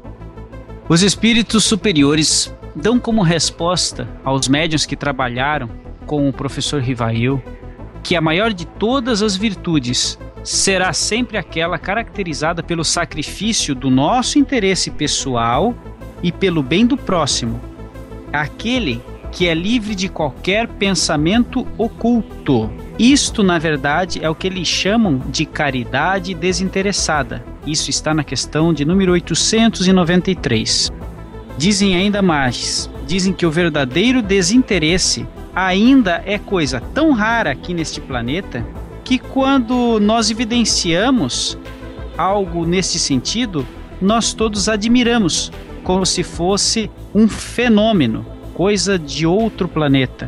Os espíritos superiores dão como resposta aos médiuns que trabalharam com o professor Rivail que a maior de todas as virtudes será sempre aquela caracterizada pelo sacrifício do nosso interesse pessoal e pelo bem do próximo, aquele que é livre de qualquer pensamento oculto. Isto, na verdade, é o que eles chamam de caridade desinteressada. Isso está na questão de número oitocentos e noventa e três. Dizem ainda mais, dizem que o verdadeiro desinteresse ainda é coisa tão rara aqui neste planeta que quando nós evidenciamos algo nesse sentido, nós todos admiramos, como se fosse um fenômeno, coisa de outro planeta.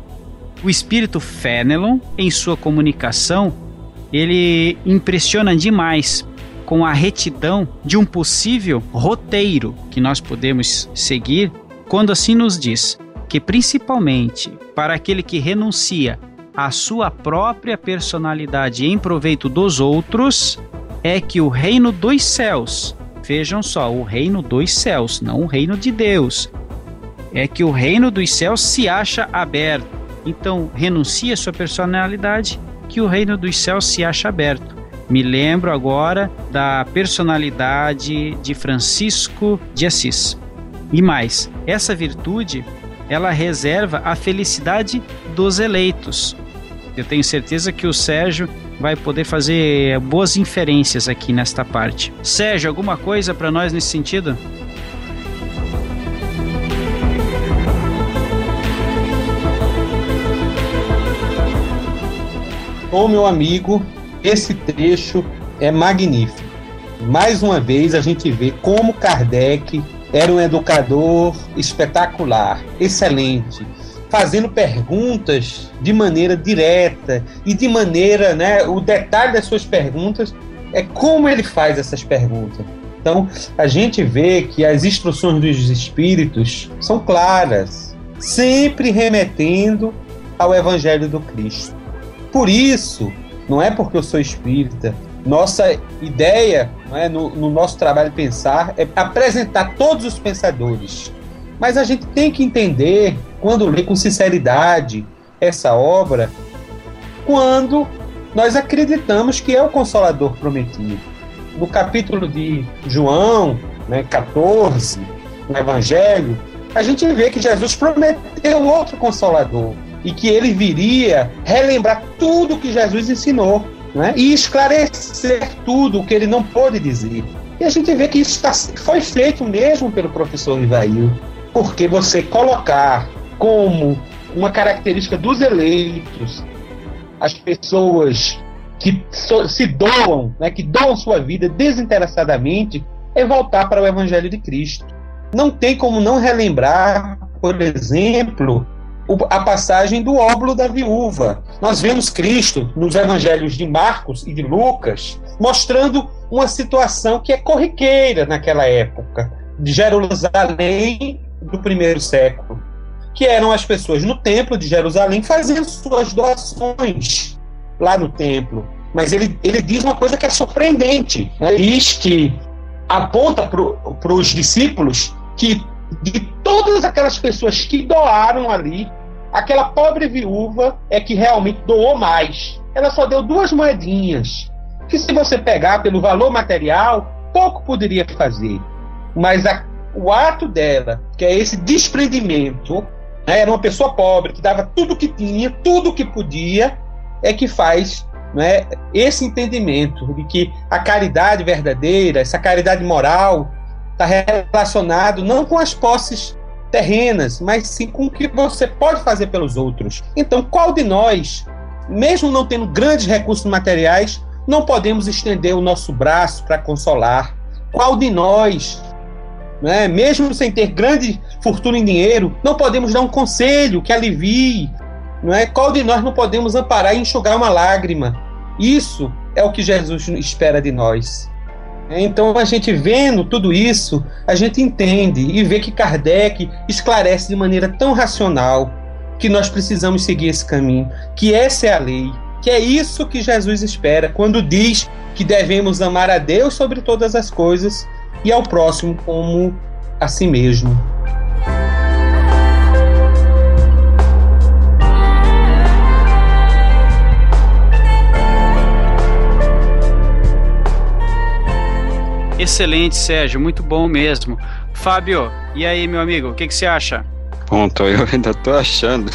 O espírito Fénelon, em sua comunicação, ele impressiona demais com a retidão de um possível roteiro que nós podemos seguir, quando assim nos diz que, principalmente para aquele que renuncia à sua própria personalidade em proveito dos outros, é que o reino dos céus, vejam só, o reino dos céus, não o reino de Deus, é que o reino dos céus se acha aberto. Então, renuncia à sua personalidade, que o reino dos céus se acha aberto. Me lembro agora da personalidade de Francisco de Assis. E mais, essa virtude, ela reserva a felicidade dos eleitos. Eu tenho certeza que o Sérgio vai poder fazer boas inferências aqui nesta parte. Sérgio, alguma coisa para nós nesse sentido? Bom, meu amigo, esse trecho é magnífico. Mais uma vez a gente vê como Kardec era um educador espetacular, excelente, fazendo perguntas de maneira direta e de maneira, né, o detalhe das suas perguntas é como ele faz essas perguntas. Então, a gente vê que as instruções dos espíritos são claras, sempre remetendo ao Evangelho do Cristo. Por isso, não é porque eu sou espírita, nossa ideia, não é, no, no nosso trabalho de pensar é apresentar todos os pensadores. Mas a gente tem que entender, quando lê com sinceridade essa obra, quando nós acreditamos que é o Consolador prometido. No capítulo de João, né, catorze, no Evangelho, a gente vê que Jesus prometeu outro Consolador e que ele viria relembrar tudo o que Jesus ensinou, né, e esclarecer tudo o que ele não pôde dizer. E a gente vê que isso tá, foi feito mesmo pelo professor Rivail, porque você colocar como uma característica dos eleitos as pessoas que so, se doam, né, que doam sua vida desinteressadamente, é voltar para o Evangelho de Cristo. Não tem como não relembrar, por exemplo, a passagem do óbolo da viúva. Nós vemos Cristo nos evangelhos de Marcos e de Lucas mostrando uma situação que é corriqueira naquela época de Jerusalém do primeiro século, que eram as pessoas no templo de Jerusalém fazendo suas doações lá no templo. Mas ele, ele diz uma coisa que é surpreendente, né? Diz que aponta para os discípulos que de todas aquelas pessoas que doaram ali, aquela pobre viúva é que realmente doou mais. Ela só deu duas moedinhas, que se você pegar pelo valor material, pouco poderia fazer. Mas a, o ato dela, que é esse desprendimento, né, era uma pessoa pobre, que dava tudo que tinha, tudo que podia, é que faz, né, esse entendimento de que a caridade verdadeira, essa caridade moral, está relacionado não com as posses terrenas, mas sim com o que você pode fazer pelos outros. Então, qual de nós mesmo não tendo grandes recursos materiais, não podemos estender o nosso braço para consolar? Qual de nós, né, mesmo sem ter grande fortuna em dinheiro, não podemos dar um conselho que alivie? Não é? Qual de nós não podemos amparar e enxugar uma lágrima? Isso é o que Jesus espera de nós. Então, a gente vendo tudo isso, a gente entende e vê que Kardec esclarece de maneira tão racional que nós precisamos seguir esse caminho, que essa é a lei, que é isso que Jesus espera quando diz que devemos amar a Deus sobre todas as coisas e ao próximo como a si mesmo. Excelente, Sérgio, muito bom mesmo. Fábio, e aí, meu amigo, o que, que você acha? Bom, eu ainda tô achando.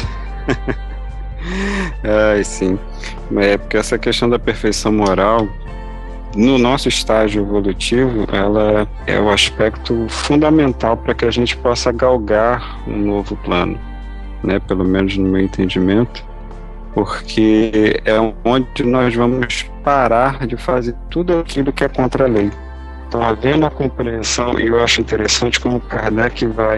Ai, sim. É porque essa questão da perfeição moral, no nosso estágio evolutivo, ela é o aspecto fundamental para que a gente possa galgar um novo plano, né? Pelo menos no meu entendimento, porque é onde nós vamos parar de fazer tudo aquilo que é contra a lei. Então, havendo a compreensão, e eu acho interessante como Kardec vai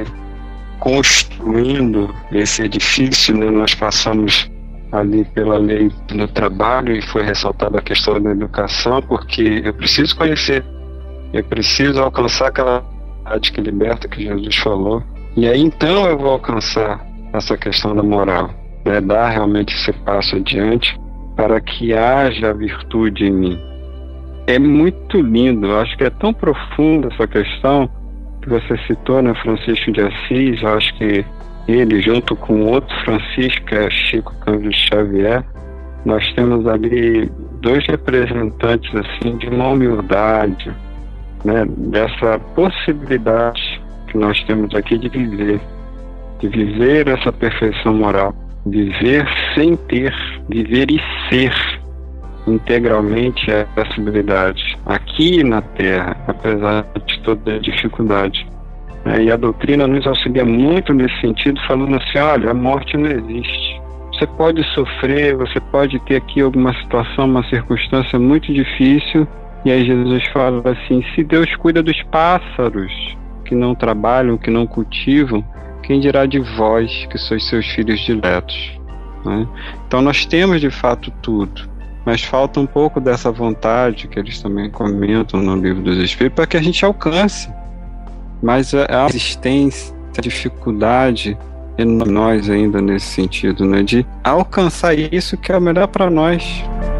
construindo esse edifício, né? Nós passamos ali pela lei do trabalho e foi ressaltada a questão da educação, porque eu preciso conhecer, eu preciso alcançar aquela verdade que liberta, que Jesus falou, e aí então eu vou alcançar essa questão da moral, né? Dar realmente esse passo adiante para que haja virtude em mim. É muito lindo, eu acho que é tão profunda essa questão que você citou, né, Francisco de Assis. Eu acho que ele, junto com outro Francisco, que é Chico Cândido Xavier, nós temos ali dois representantes assim de uma humildade, né, dessa possibilidade que nós temos aqui de viver, de viver essa perfeição moral, viver sem ter, viver e ser integralmente a possibilidade aqui na Terra, apesar de toda a dificuldade. É, e a doutrina nos auxilia muito nesse sentido, falando assim: olha, a morte não existe. Você pode sofrer, você pode ter aqui alguma situação, uma circunstância muito difícil, e aí Jesus fala assim: se Deus cuida dos pássaros que não trabalham, que não cultivam, quem dirá de vós, que sois seus filhos diletos? Né? Então nós temos de fato tudo, mas falta um pouco dessa vontade que eles também comentam no Livro dos Espíritos para que a gente alcance. Mas a existência, a dificuldade em nós ainda nesse sentido, né, de alcançar isso que é o melhor para nós.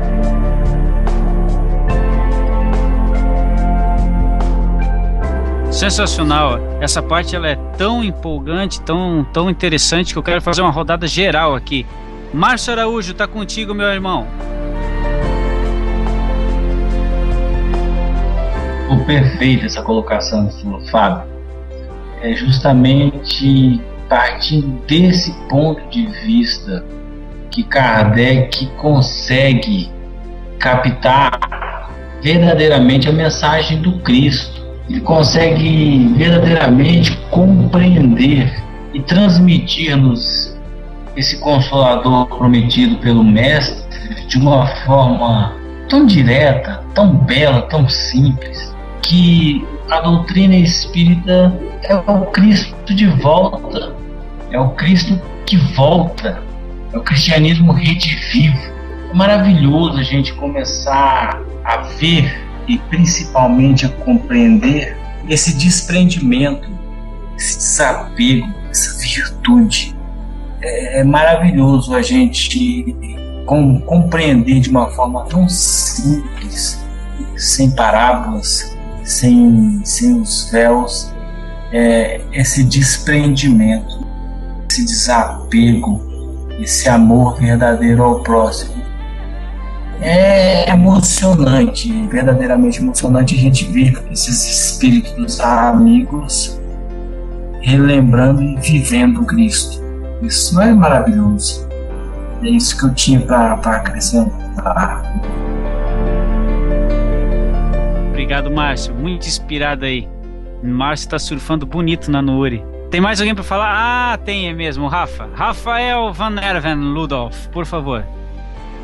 Sensacional. Essa parte ela é tão empolgante, tão, tão interessante que eu quero fazer uma rodada geral aqui. Márcio Araújo, tá contigo, meu irmão. Oh, perfeita essa colocação sua, Fábio. É justamente partindo desse ponto de vista que Kardec consegue captar verdadeiramente a mensagem do Cristo. Ele consegue verdadeiramente compreender e transmitir-nos esse Consolador prometido pelo Mestre de uma forma tão direta, tão bela, tão simples, que a doutrina espírita é o Cristo de volta, é o Cristo que volta, é o cristianismo redivivo. É maravilhoso a gente começar a ver e principalmente a compreender esse desprendimento, esse desapego, essa virtude. É maravilhoso a gente com, compreender de uma forma tão simples, sem parábolas, sem, sem os véus, é, esse desprendimento, esse desapego, esse amor verdadeiro ao próximo. É emocionante, verdadeiramente emocionante a gente ver esses espíritos amigos relembrando e vivendo Cristo. Isso é maravilhoso. É isso que eu tinha para acrescentar. Obrigado, Márcio. Muito inspirado aí. O Márcio tá surfando bonito na Nuri. Tem mais alguém para falar? Ah, tem mesmo, Rafa. Rafael Van Erven Ludolf, por favor.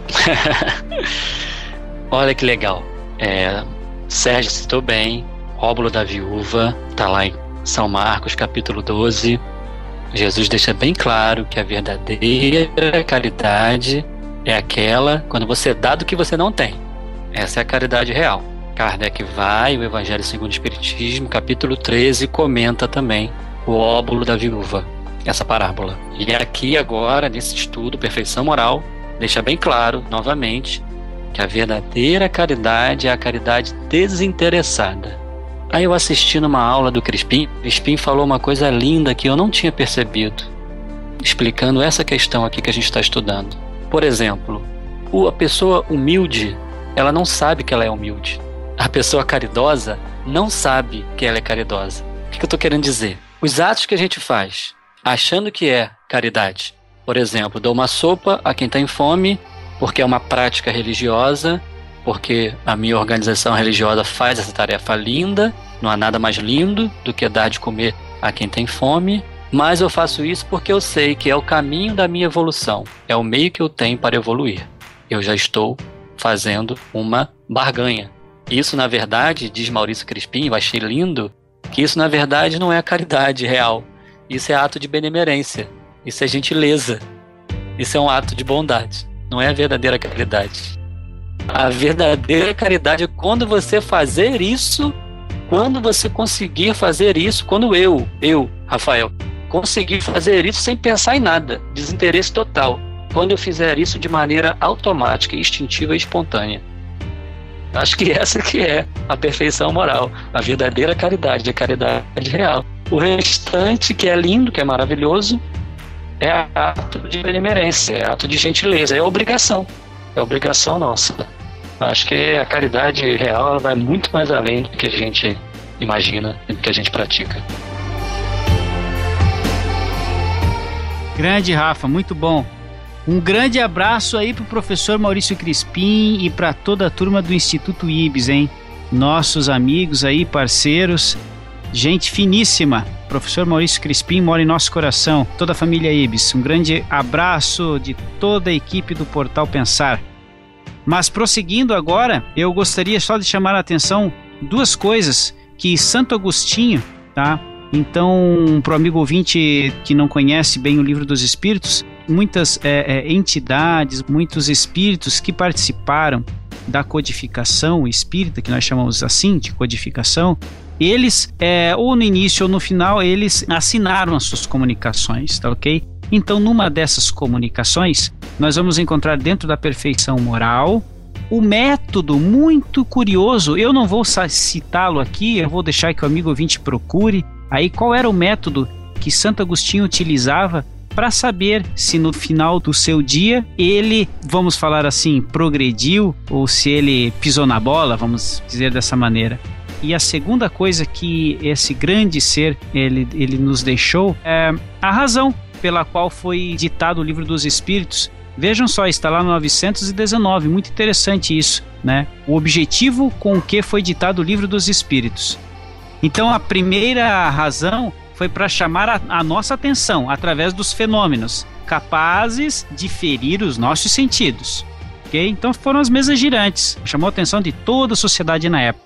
Olha que legal. É, Sérgio citou bem, óbolo da viúva, está lá em São Marcos, capítulo doze. Jesus deixa bem claro que a verdadeira caridade é aquela quando você dá do que você não tem. Essa é a caridade real. Kardec vai, o Evangelho segundo o Espiritismo, capítulo treze, comenta também o óbolo da viúva, essa parábola. E aqui agora, nesse estudo, Perfeição Moral, deixa bem claro, novamente, que a verdadeira caridade é a caridade desinteressada. Aí eu assisti numa aula do Crispim, Crispim falou uma coisa linda que eu não tinha percebido, explicando essa questão aqui que a gente está estudando. Por exemplo, a pessoa humilde, ela não sabe que ela é humilde. A pessoa caridosa não sabe que ela é caridosa. O que eu estou querendo dizer? Os atos que a gente faz, achando que é caridade. Por exemplo, dou uma sopa a quem tem fome, porque é uma prática religiosa, porque a minha organização religiosa faz essa tarefa linda, não há nada mais lindo do que dar de comer a quem tem fome, mas eu faço isso porque eu sei que é o caminho da minha evolução, é o meio que eu tenho para evoluir. Eu já estou fazendo uma barganha. Isso, na verdade, diz Maurício Crispim, eu achei lindo, que isso, na verdade, não é caridade real. Isso é ato de benemerência. Isso é gentileza. Isso é um ato de bondade. Não é a verdadeira caridade. A verdadeira caridade é quando você fazer isso, quando você conseguir fazer isso, quando eu, eu, Rafael, conseguir fazer isso sem pensar em nada, desinteresse total. Quando eu fizer isso de maneira automática, instintiva e espontânea. Acho que essa que é a perfeição moral, a verdadeira caridade, a caridade real. O restante, que é lindo, que é maravilhoso, é ato de benemerência, é ato de gentileza, é obrigação. É obrigação nossa. Acho que a caridade real vai muito mais além do que a gente imagina e do que a gente pratica. Grande, Rafa, muito bom. Um grande abraço aí pro professor Maurício Crispim e para toda a turma do Instituto Ibis, hein? Nossos amigos aí, parceiros, gente finíssima. Professor Maurício Crispim mora em nosso coração, toda a família Ibis. Um grande abraço de toda a equipe do Portal Pensar. Mas prosseguindo agora, eu gostaria só de chamar a atenção duas coisas que Santo Agostinho, tá? Então, para o amigo ouvinte que não conhece bem o Livro dos Espíritos, muitas é, é, entidades, muitos espíritos que participaram da codificação espírita, que nós chamamos assim de codificação, eles, é, ou no início ou no final, eles assinaram as suas comunicações, tá ok? Então, numa dessas comunicações, nós vamos encontrar dentro da perfeição moral o método muito curioso. Eu não vou citá-lo aqui, eu vou deixar que o amigo ouvinte procure. Aí, qual era o método que Santo Agostinho utilizava para saber se no final do seu dia ele, vamos falar assim, progrediu ou se ele pisou na bola, vamos dizer dessa maneira. E a segunda coisa que esse grande ser ele, ele nos deixou é a razão pela qual foi ditado o Livro dos Espíritos. Vejam só, está lá no novecentos e dezenove, muito interessante isso, né? O objetivo com o que foi ditado o Livro dos Espíritos. Então a primeira razão foi para chamar a, a nossa atenção através dos fenômenos capazes de ferir os nossos sentidos. Okay? Então foram as mesas girantes, chamou a atenção de toda a sociedade na época.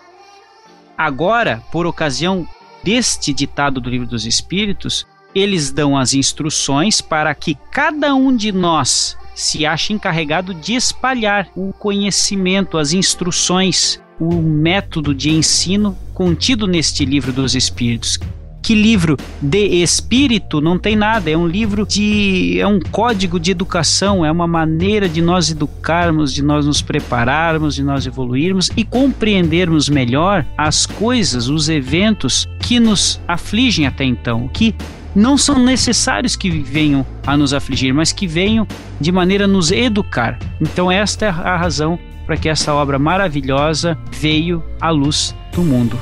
Agora, por ocasião deste ditado do Livro dos Espíritos, eles dão as instruções para que cada um de nós se ache encarregado de espalhar o conhecimento, as instruções, o método de ensino contido neste Livro dos Espíritos. Que livro de espírito não tem nada, é um livro de... é um código de educação, é uma maneira de nós educarmos, de nós nos prepararmos, de nós evoluirmos e compreendermos melhor as coisas, os eventos que nos afligem até então, que não são necessários que venham a nos afligir, mas que venham de maneira a nos educar. Então esta é a razão para que essa obra maravilhosa veio à luz do mundo.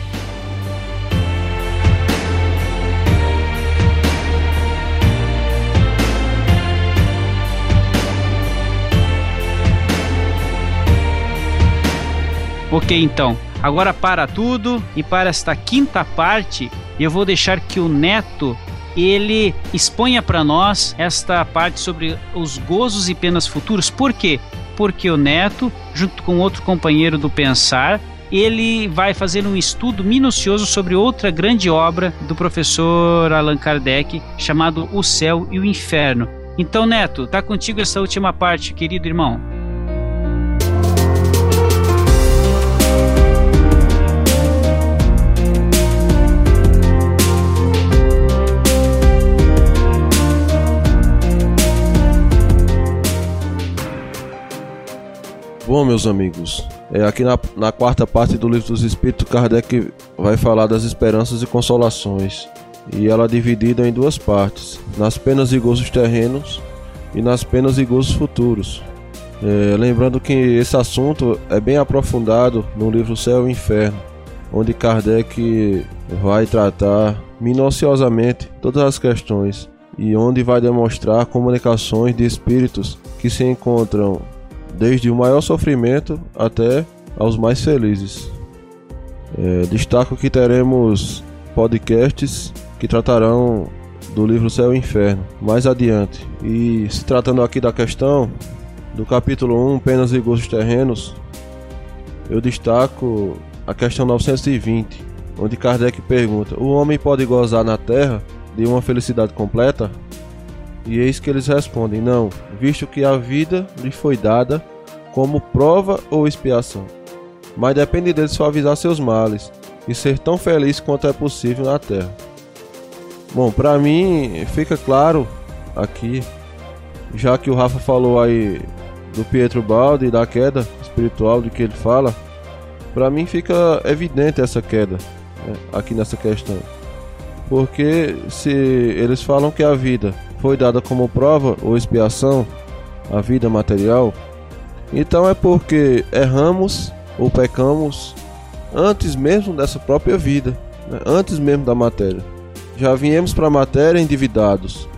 Ok, então, agora para tudo e para esta quinta parte, eu vou deixar que o Neto ele exponha para nós esta parte sobre os gozos e penas futuros. Por quê? Porque o Neto, junto com outro companheiro do Pensar, ele vai fazer um estudo minucioso sobre outra grande obra do professor Allan Kardec, chamado O Céu e o Inferno. Então, Neto, tá contigo essa última parte, querido irmão. Bom, meus amigos, é, aqui na, na quarta parte do Livro dos Espíritos, Kardec vai falar das esperanças e consolações, e ela é dividida em duas partes, nas penas e gozos terrenos e nas penas e gozos futuros. É, lembrando que esse assunto é bem aprofundado no livro Céu e Inferno, onde Kardec vai tratar minuciosamente todas as questões e onde vai demonstrar comunicações de espíritos que se encontram desde o maior sofrimento até aos mais felizes. É, destaco que teremos podcasts que tratarão do livro Céu e Inferno mais adiante. E se tratando aqui da questão do capítulo um, Penas e Gozos Terrenos, eu destaco a questão novecentos e vinte, onde Kardec pergunta: o homem pode gozar na terra de uma felicidade completa? E eis que eles respondem: não, visto que a vida lhe foi dada como prova ou expiação, mas depende dele suavizar seus males e ser tão feliz quanto é possível na terra. Bom, para mim fica claro aqui, já que o Rafa falou aí do Pietro Baldi e da queda espiritual de que ele fala, para mim fica evidente essa queda, né, aqui nessa questão. Porque se eles falam que a vida foi dada como prova ou expiação, a vida material, então é porque erramos ou pecamos antes mesmo dessa própria vida, né? Antes mesmo da matéria. Já viemos para a matéria endividados,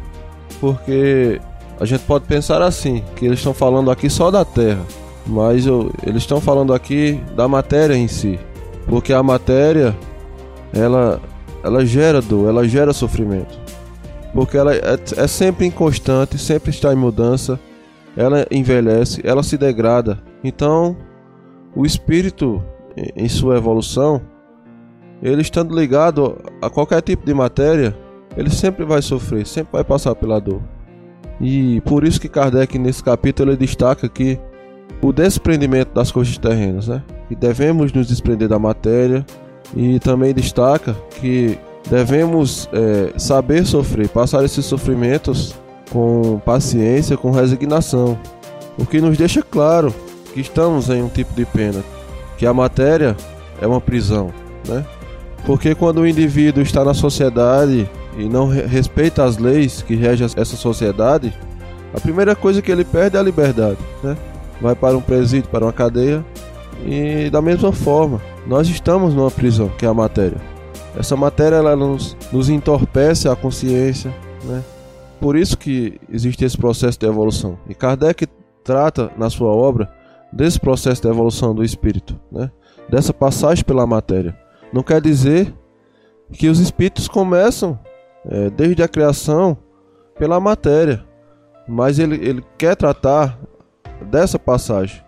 porque a gente pode pensar assim, que eles estão falando aqui só da terra, mas eu, eles estão falando aqui da matéria em si, porque a matéria ela, ela gera dor, ela gera sofrimento, porque ela é, é sempre inconstante, sempre está em mudança. Ela envelhece, ela se degrada. Então, o espírito, em sua evolução, ele estando ligado a qualquer tipo de matéria, ele sempre vai sofrer, sempre vai passar pela dor. E por isso que Kardec, nesse capítulo, ele destaca que o desprendimento das coisas terrenas, né? Que devemos nos desprender da matéria, e também destaca que devemos é, saber sofrer, passar esses sofrimentos com paciência, com resignação, o que nos deixa claro que estamos em um tipo de pena, que a matéria é uma prisão, né? Porque quando o indivíduo está na sociedade e não respeita as leis que regem essa sociedade, a primeira coisa que ele perde é a liberdade, né? Vai para um presídio, para uma cadeia, e da mesma forma, nós estamos numa prisão, que é a matéria. Essa matéria ela nos, nos entorpece a consciência, né? Por isso que existe esse processo de evolução. E Kardec trata na sua obra desse processo de evolução do espírito, né? Dessa passagem pela matéria. Não quer dizer que os espíritos começam é, desde a criação pela matéria, mas ele, ele quer tratar dessa passagem.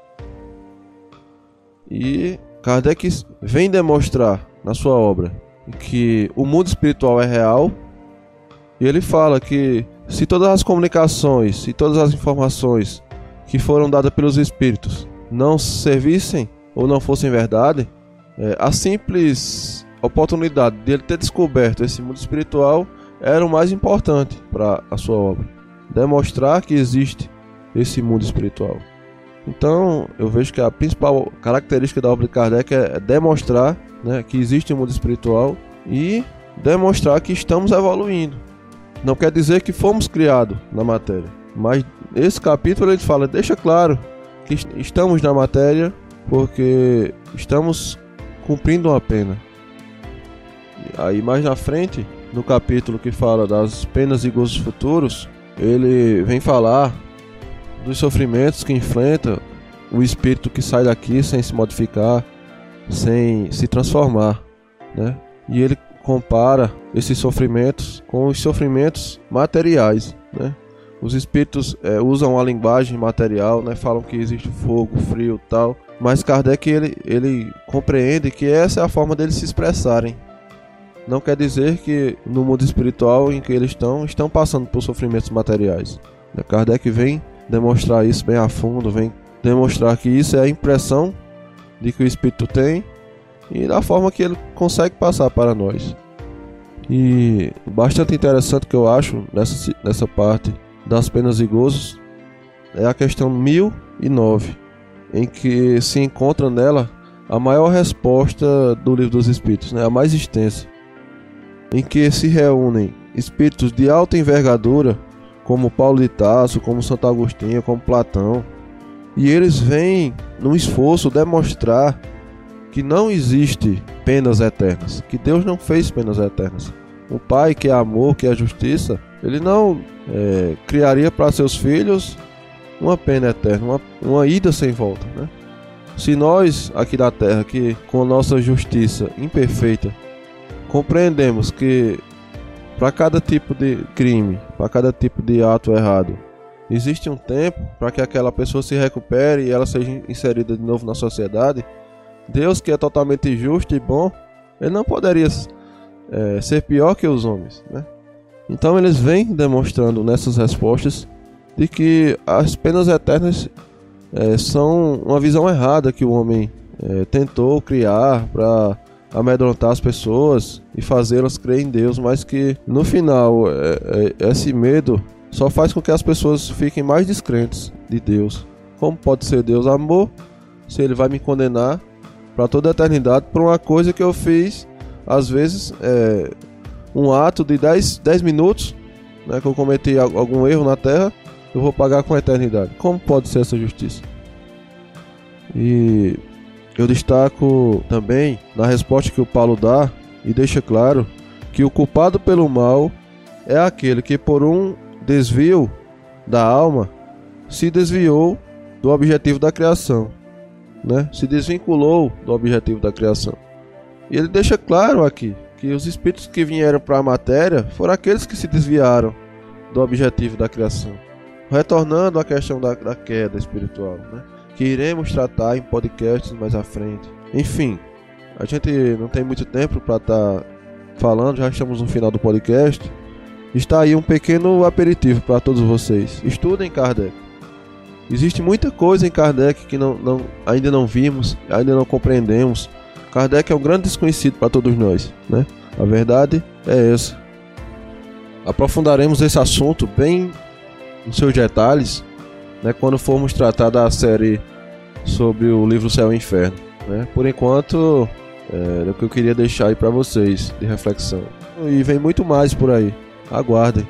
E Kardec vem demonstrar na sua obra que o mundo espiritual é real. E ele fala que se todas as comunicações e todas as informações que foram dadas pelos espíritos não servissem ou não fossem verdade, é, a simples oportunidade de ele ter descoberto esse mundo espiritual era o mais importante para a sua obra. Demonstrar que existe esse mundo espiritual. Então eu vejo que a principal característica da obra de Kardec é demonstrar, né, que existe um mundo espiritual e demonstrar que estamos evoluindo. Não quer dizer que fomos criados na matéria, mas esse capítulo ele fala, deixa claro que estamos na matéria porque estamos cumprindo uma pena. E aí mais na frente, no capítulo que fala das penas e gozos futuros, ele vem falar dos sofrimentos que enfrenta o espírito que sai daqui sem se modificar, sem se transformar, né? E ele compara esses sofrimentos com os sofrimentos materiais, né? Os espíritos é, usam a linguagem material, né? Falam que existe fogo, frio e tal, mas Kardec ele, ele compreende que essa é a forma deles se expressarem. Não quer dizer que no mundo espiritual em que eles estão, estão passando por sofrimentos materiais. Kardec vem demonstrar isso bem a fundo, vem demonstrar que isso é a impressão de que o espírito tem e da forma que ele consegue passar para nós. E bastante interessante que eu acho nessa, nessa parte das penas e gozos é a questão mil e nove, em que se encontra nela a maior resposta do Livro dos Espíritos, né? A mais extensa, em que se reúnem espíritos de alta envergadura, como Paulo de Tarso, como Santo Agostinho, como Platão, e eles vêm num esforço demonstrar que não existe penas eternas, que Deus não fez penas eternas. O Pai, que é amor, que é justiça, ele não é, criaria para seus filhos uma pena eterna, uma, uma ida sem volta, né? Se nós aqui da Terra, que com a nossa justiça imperfeita, compreendemos que para cada tipo de crime, para cada tipo de ato errado, existe um tempo para que aquela pessoa se recupere e ela seja inserida de novo na sociedade, Deus, que é totalmente justo e bom, ele não poderia é, ser pior que os homens, né? Então eles vêm demonstrando nessas respostas de que as penas eternas é, são uma visão errada que o homem é, tentou criar para amedrontar as pessoas e fazê-las crer em Deus, mas que no final é, é, esse medo só faz com que as pessoas fiquem mais descrentes de Deus. Como pode ser Deus amor se ele vai me condenar para toda a eternidade por uma coisa que eu fiz, às vezes é, um ato de dez minutos, né, que eu cometi algum erro na terra, eu vou pagar com a eternidade. Como pode ser essa justiça? E eu destaco também na resposta que o Paulo dá e deixa claro que o culpado pelo mal é aquele que por um desvio da alma se desviou do objetivo da criação, né? Se desvinculou do objetivo da criação. E ele deixa claro aqui que os espíritos que vieram para a matéria foram aqueles que se desviaram do objetivo da criação. Retornando à questão da, da queda espiritual, né? Que iremos tratar em podcasts mais à frente. Enfim, a gente não tem muito tempo para estar tá falando, já estamos no final do podcast. Está aí um pequeno aperitivo para todos vocês. Estudem Kardec. Existe muita coisa em Kardec que não, não, ainda não vimos, ainda não compreendemos. Kardec é um grande desconhecido para todos nós, né? A verdade é essa. Aprofundaremos esse assunto bem nos seus detalhes, né, quando formos tratar da série sobre o livro Céu e Inferno, né? Por enquanto, é o que eu queria deixar aí para vocês de reflexão. E vem muito mais por aí. Aguardem.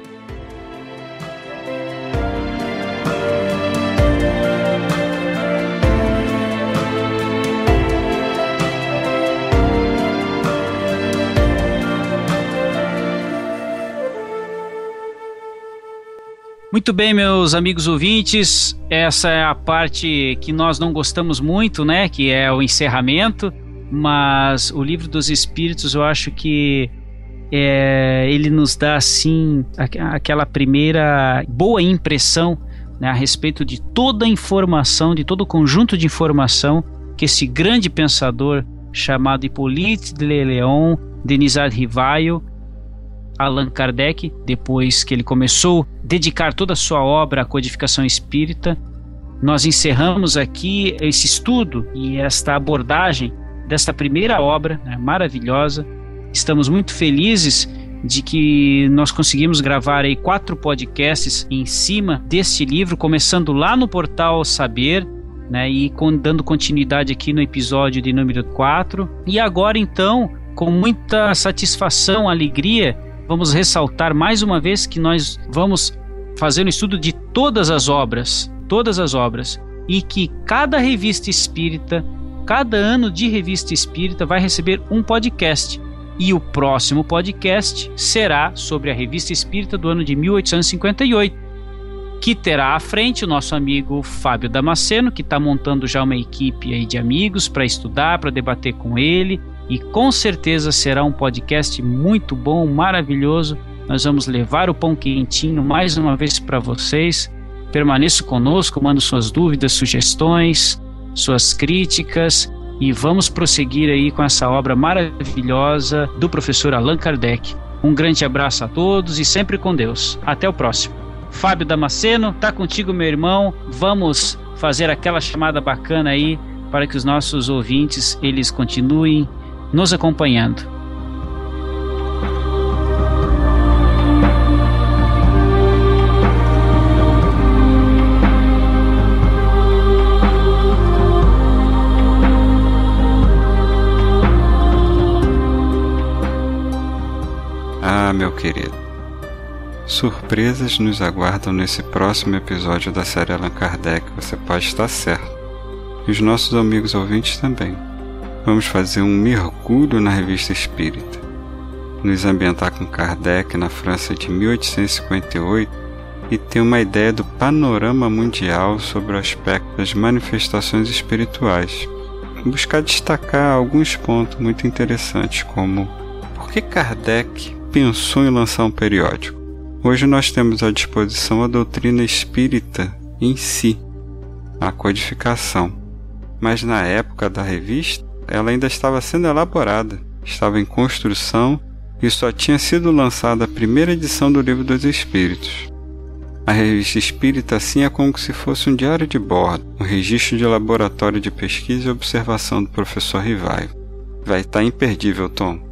Muito bem, meus amigos ouvintes, essa é a parte que nós não gostamos muito, né, que é o encerramento, mas o Livro dos Espíritos, eu acho que é, ele nos dá, assim, aquela primeira boa impressão, né, a respeito de toda a informação, de todo o conjunto de informação que esse grande pensador chamado Hippolyte de Leon, Denisard Rivaio, Allan Kardec, depois que ele começou a dedicar toda a sua obra à codificação espírita, nós encerramos aqui esse estudo e esta abordagem desta primeira obra, né, maravilhosa. Estamos muito felizes de que nós conseguimos gravar aí quatro podcasts em cima deste livro, começando lá no Portal Saber, né, e com, dando continuidade aqui no episódio de número quatro. E agora, então, com muita satisfação, alegria, vamos ressaltar mais uma vez que nós vamos fazer um estudo de todas as obras, todas as obras, e que cada revista espírita, cada ano de revista espírita vai receber um podcast. E o próximo podcast será sobre a Revista Espírita do ano de mil oitocentos e cinquenta e oito, que terá à frente o nosso amigo Fábio Damasceno, que está montando já uma equipe aí de amigos para estudar, para debater com ele, e com certeza será um podcast muito bom, maravilhoso. Nós vamos levar o pão quentinho mais uma vez para vocês. Permaneça conosco, mande suas dúvidas, sugestões, suas críticas e vamos prosseguir aí com essa obra maravilhosa do professor Allan Kardec. Um grande abraço a todos e sempre com Deus. Até o próximo. Fábio Damasceno, tá contigo, meu irmão. Vamos fazer aquela chamada bacana aí para que os nossos ouvintes eles continuem nos acompanhando. Ah, meu querido, surpresas nos aguardam nesse próximo episódio da série Allan Kardec, você pode estar certo. E os nossos amigos ouvintes também. Vamos fazer um mergulho na Revista Espírita, nos ambientar com Kardec na França de mil oitocentos e cinquenta e oito e ter uma ideia do panorama mundial sobre o aspecto das manifestações espirituais. Buscar destacar alguns pontos muito interessantes, como por que Kardec pensou em lançar um periódico? Hoje nós temos à disposição a doutrina espírita em si, a codificação. Mas na época da revista, ela ainda estava sendo elaborada, estava em construção e só tinha sido lançada a primeira edição do Livro dos Espíritos. A Revista Espírita assim é como se fosse um diário de bordo, um registro de laboratório de pesquisa e observação do professor Rivaio. Vai estar imperdível, Tom.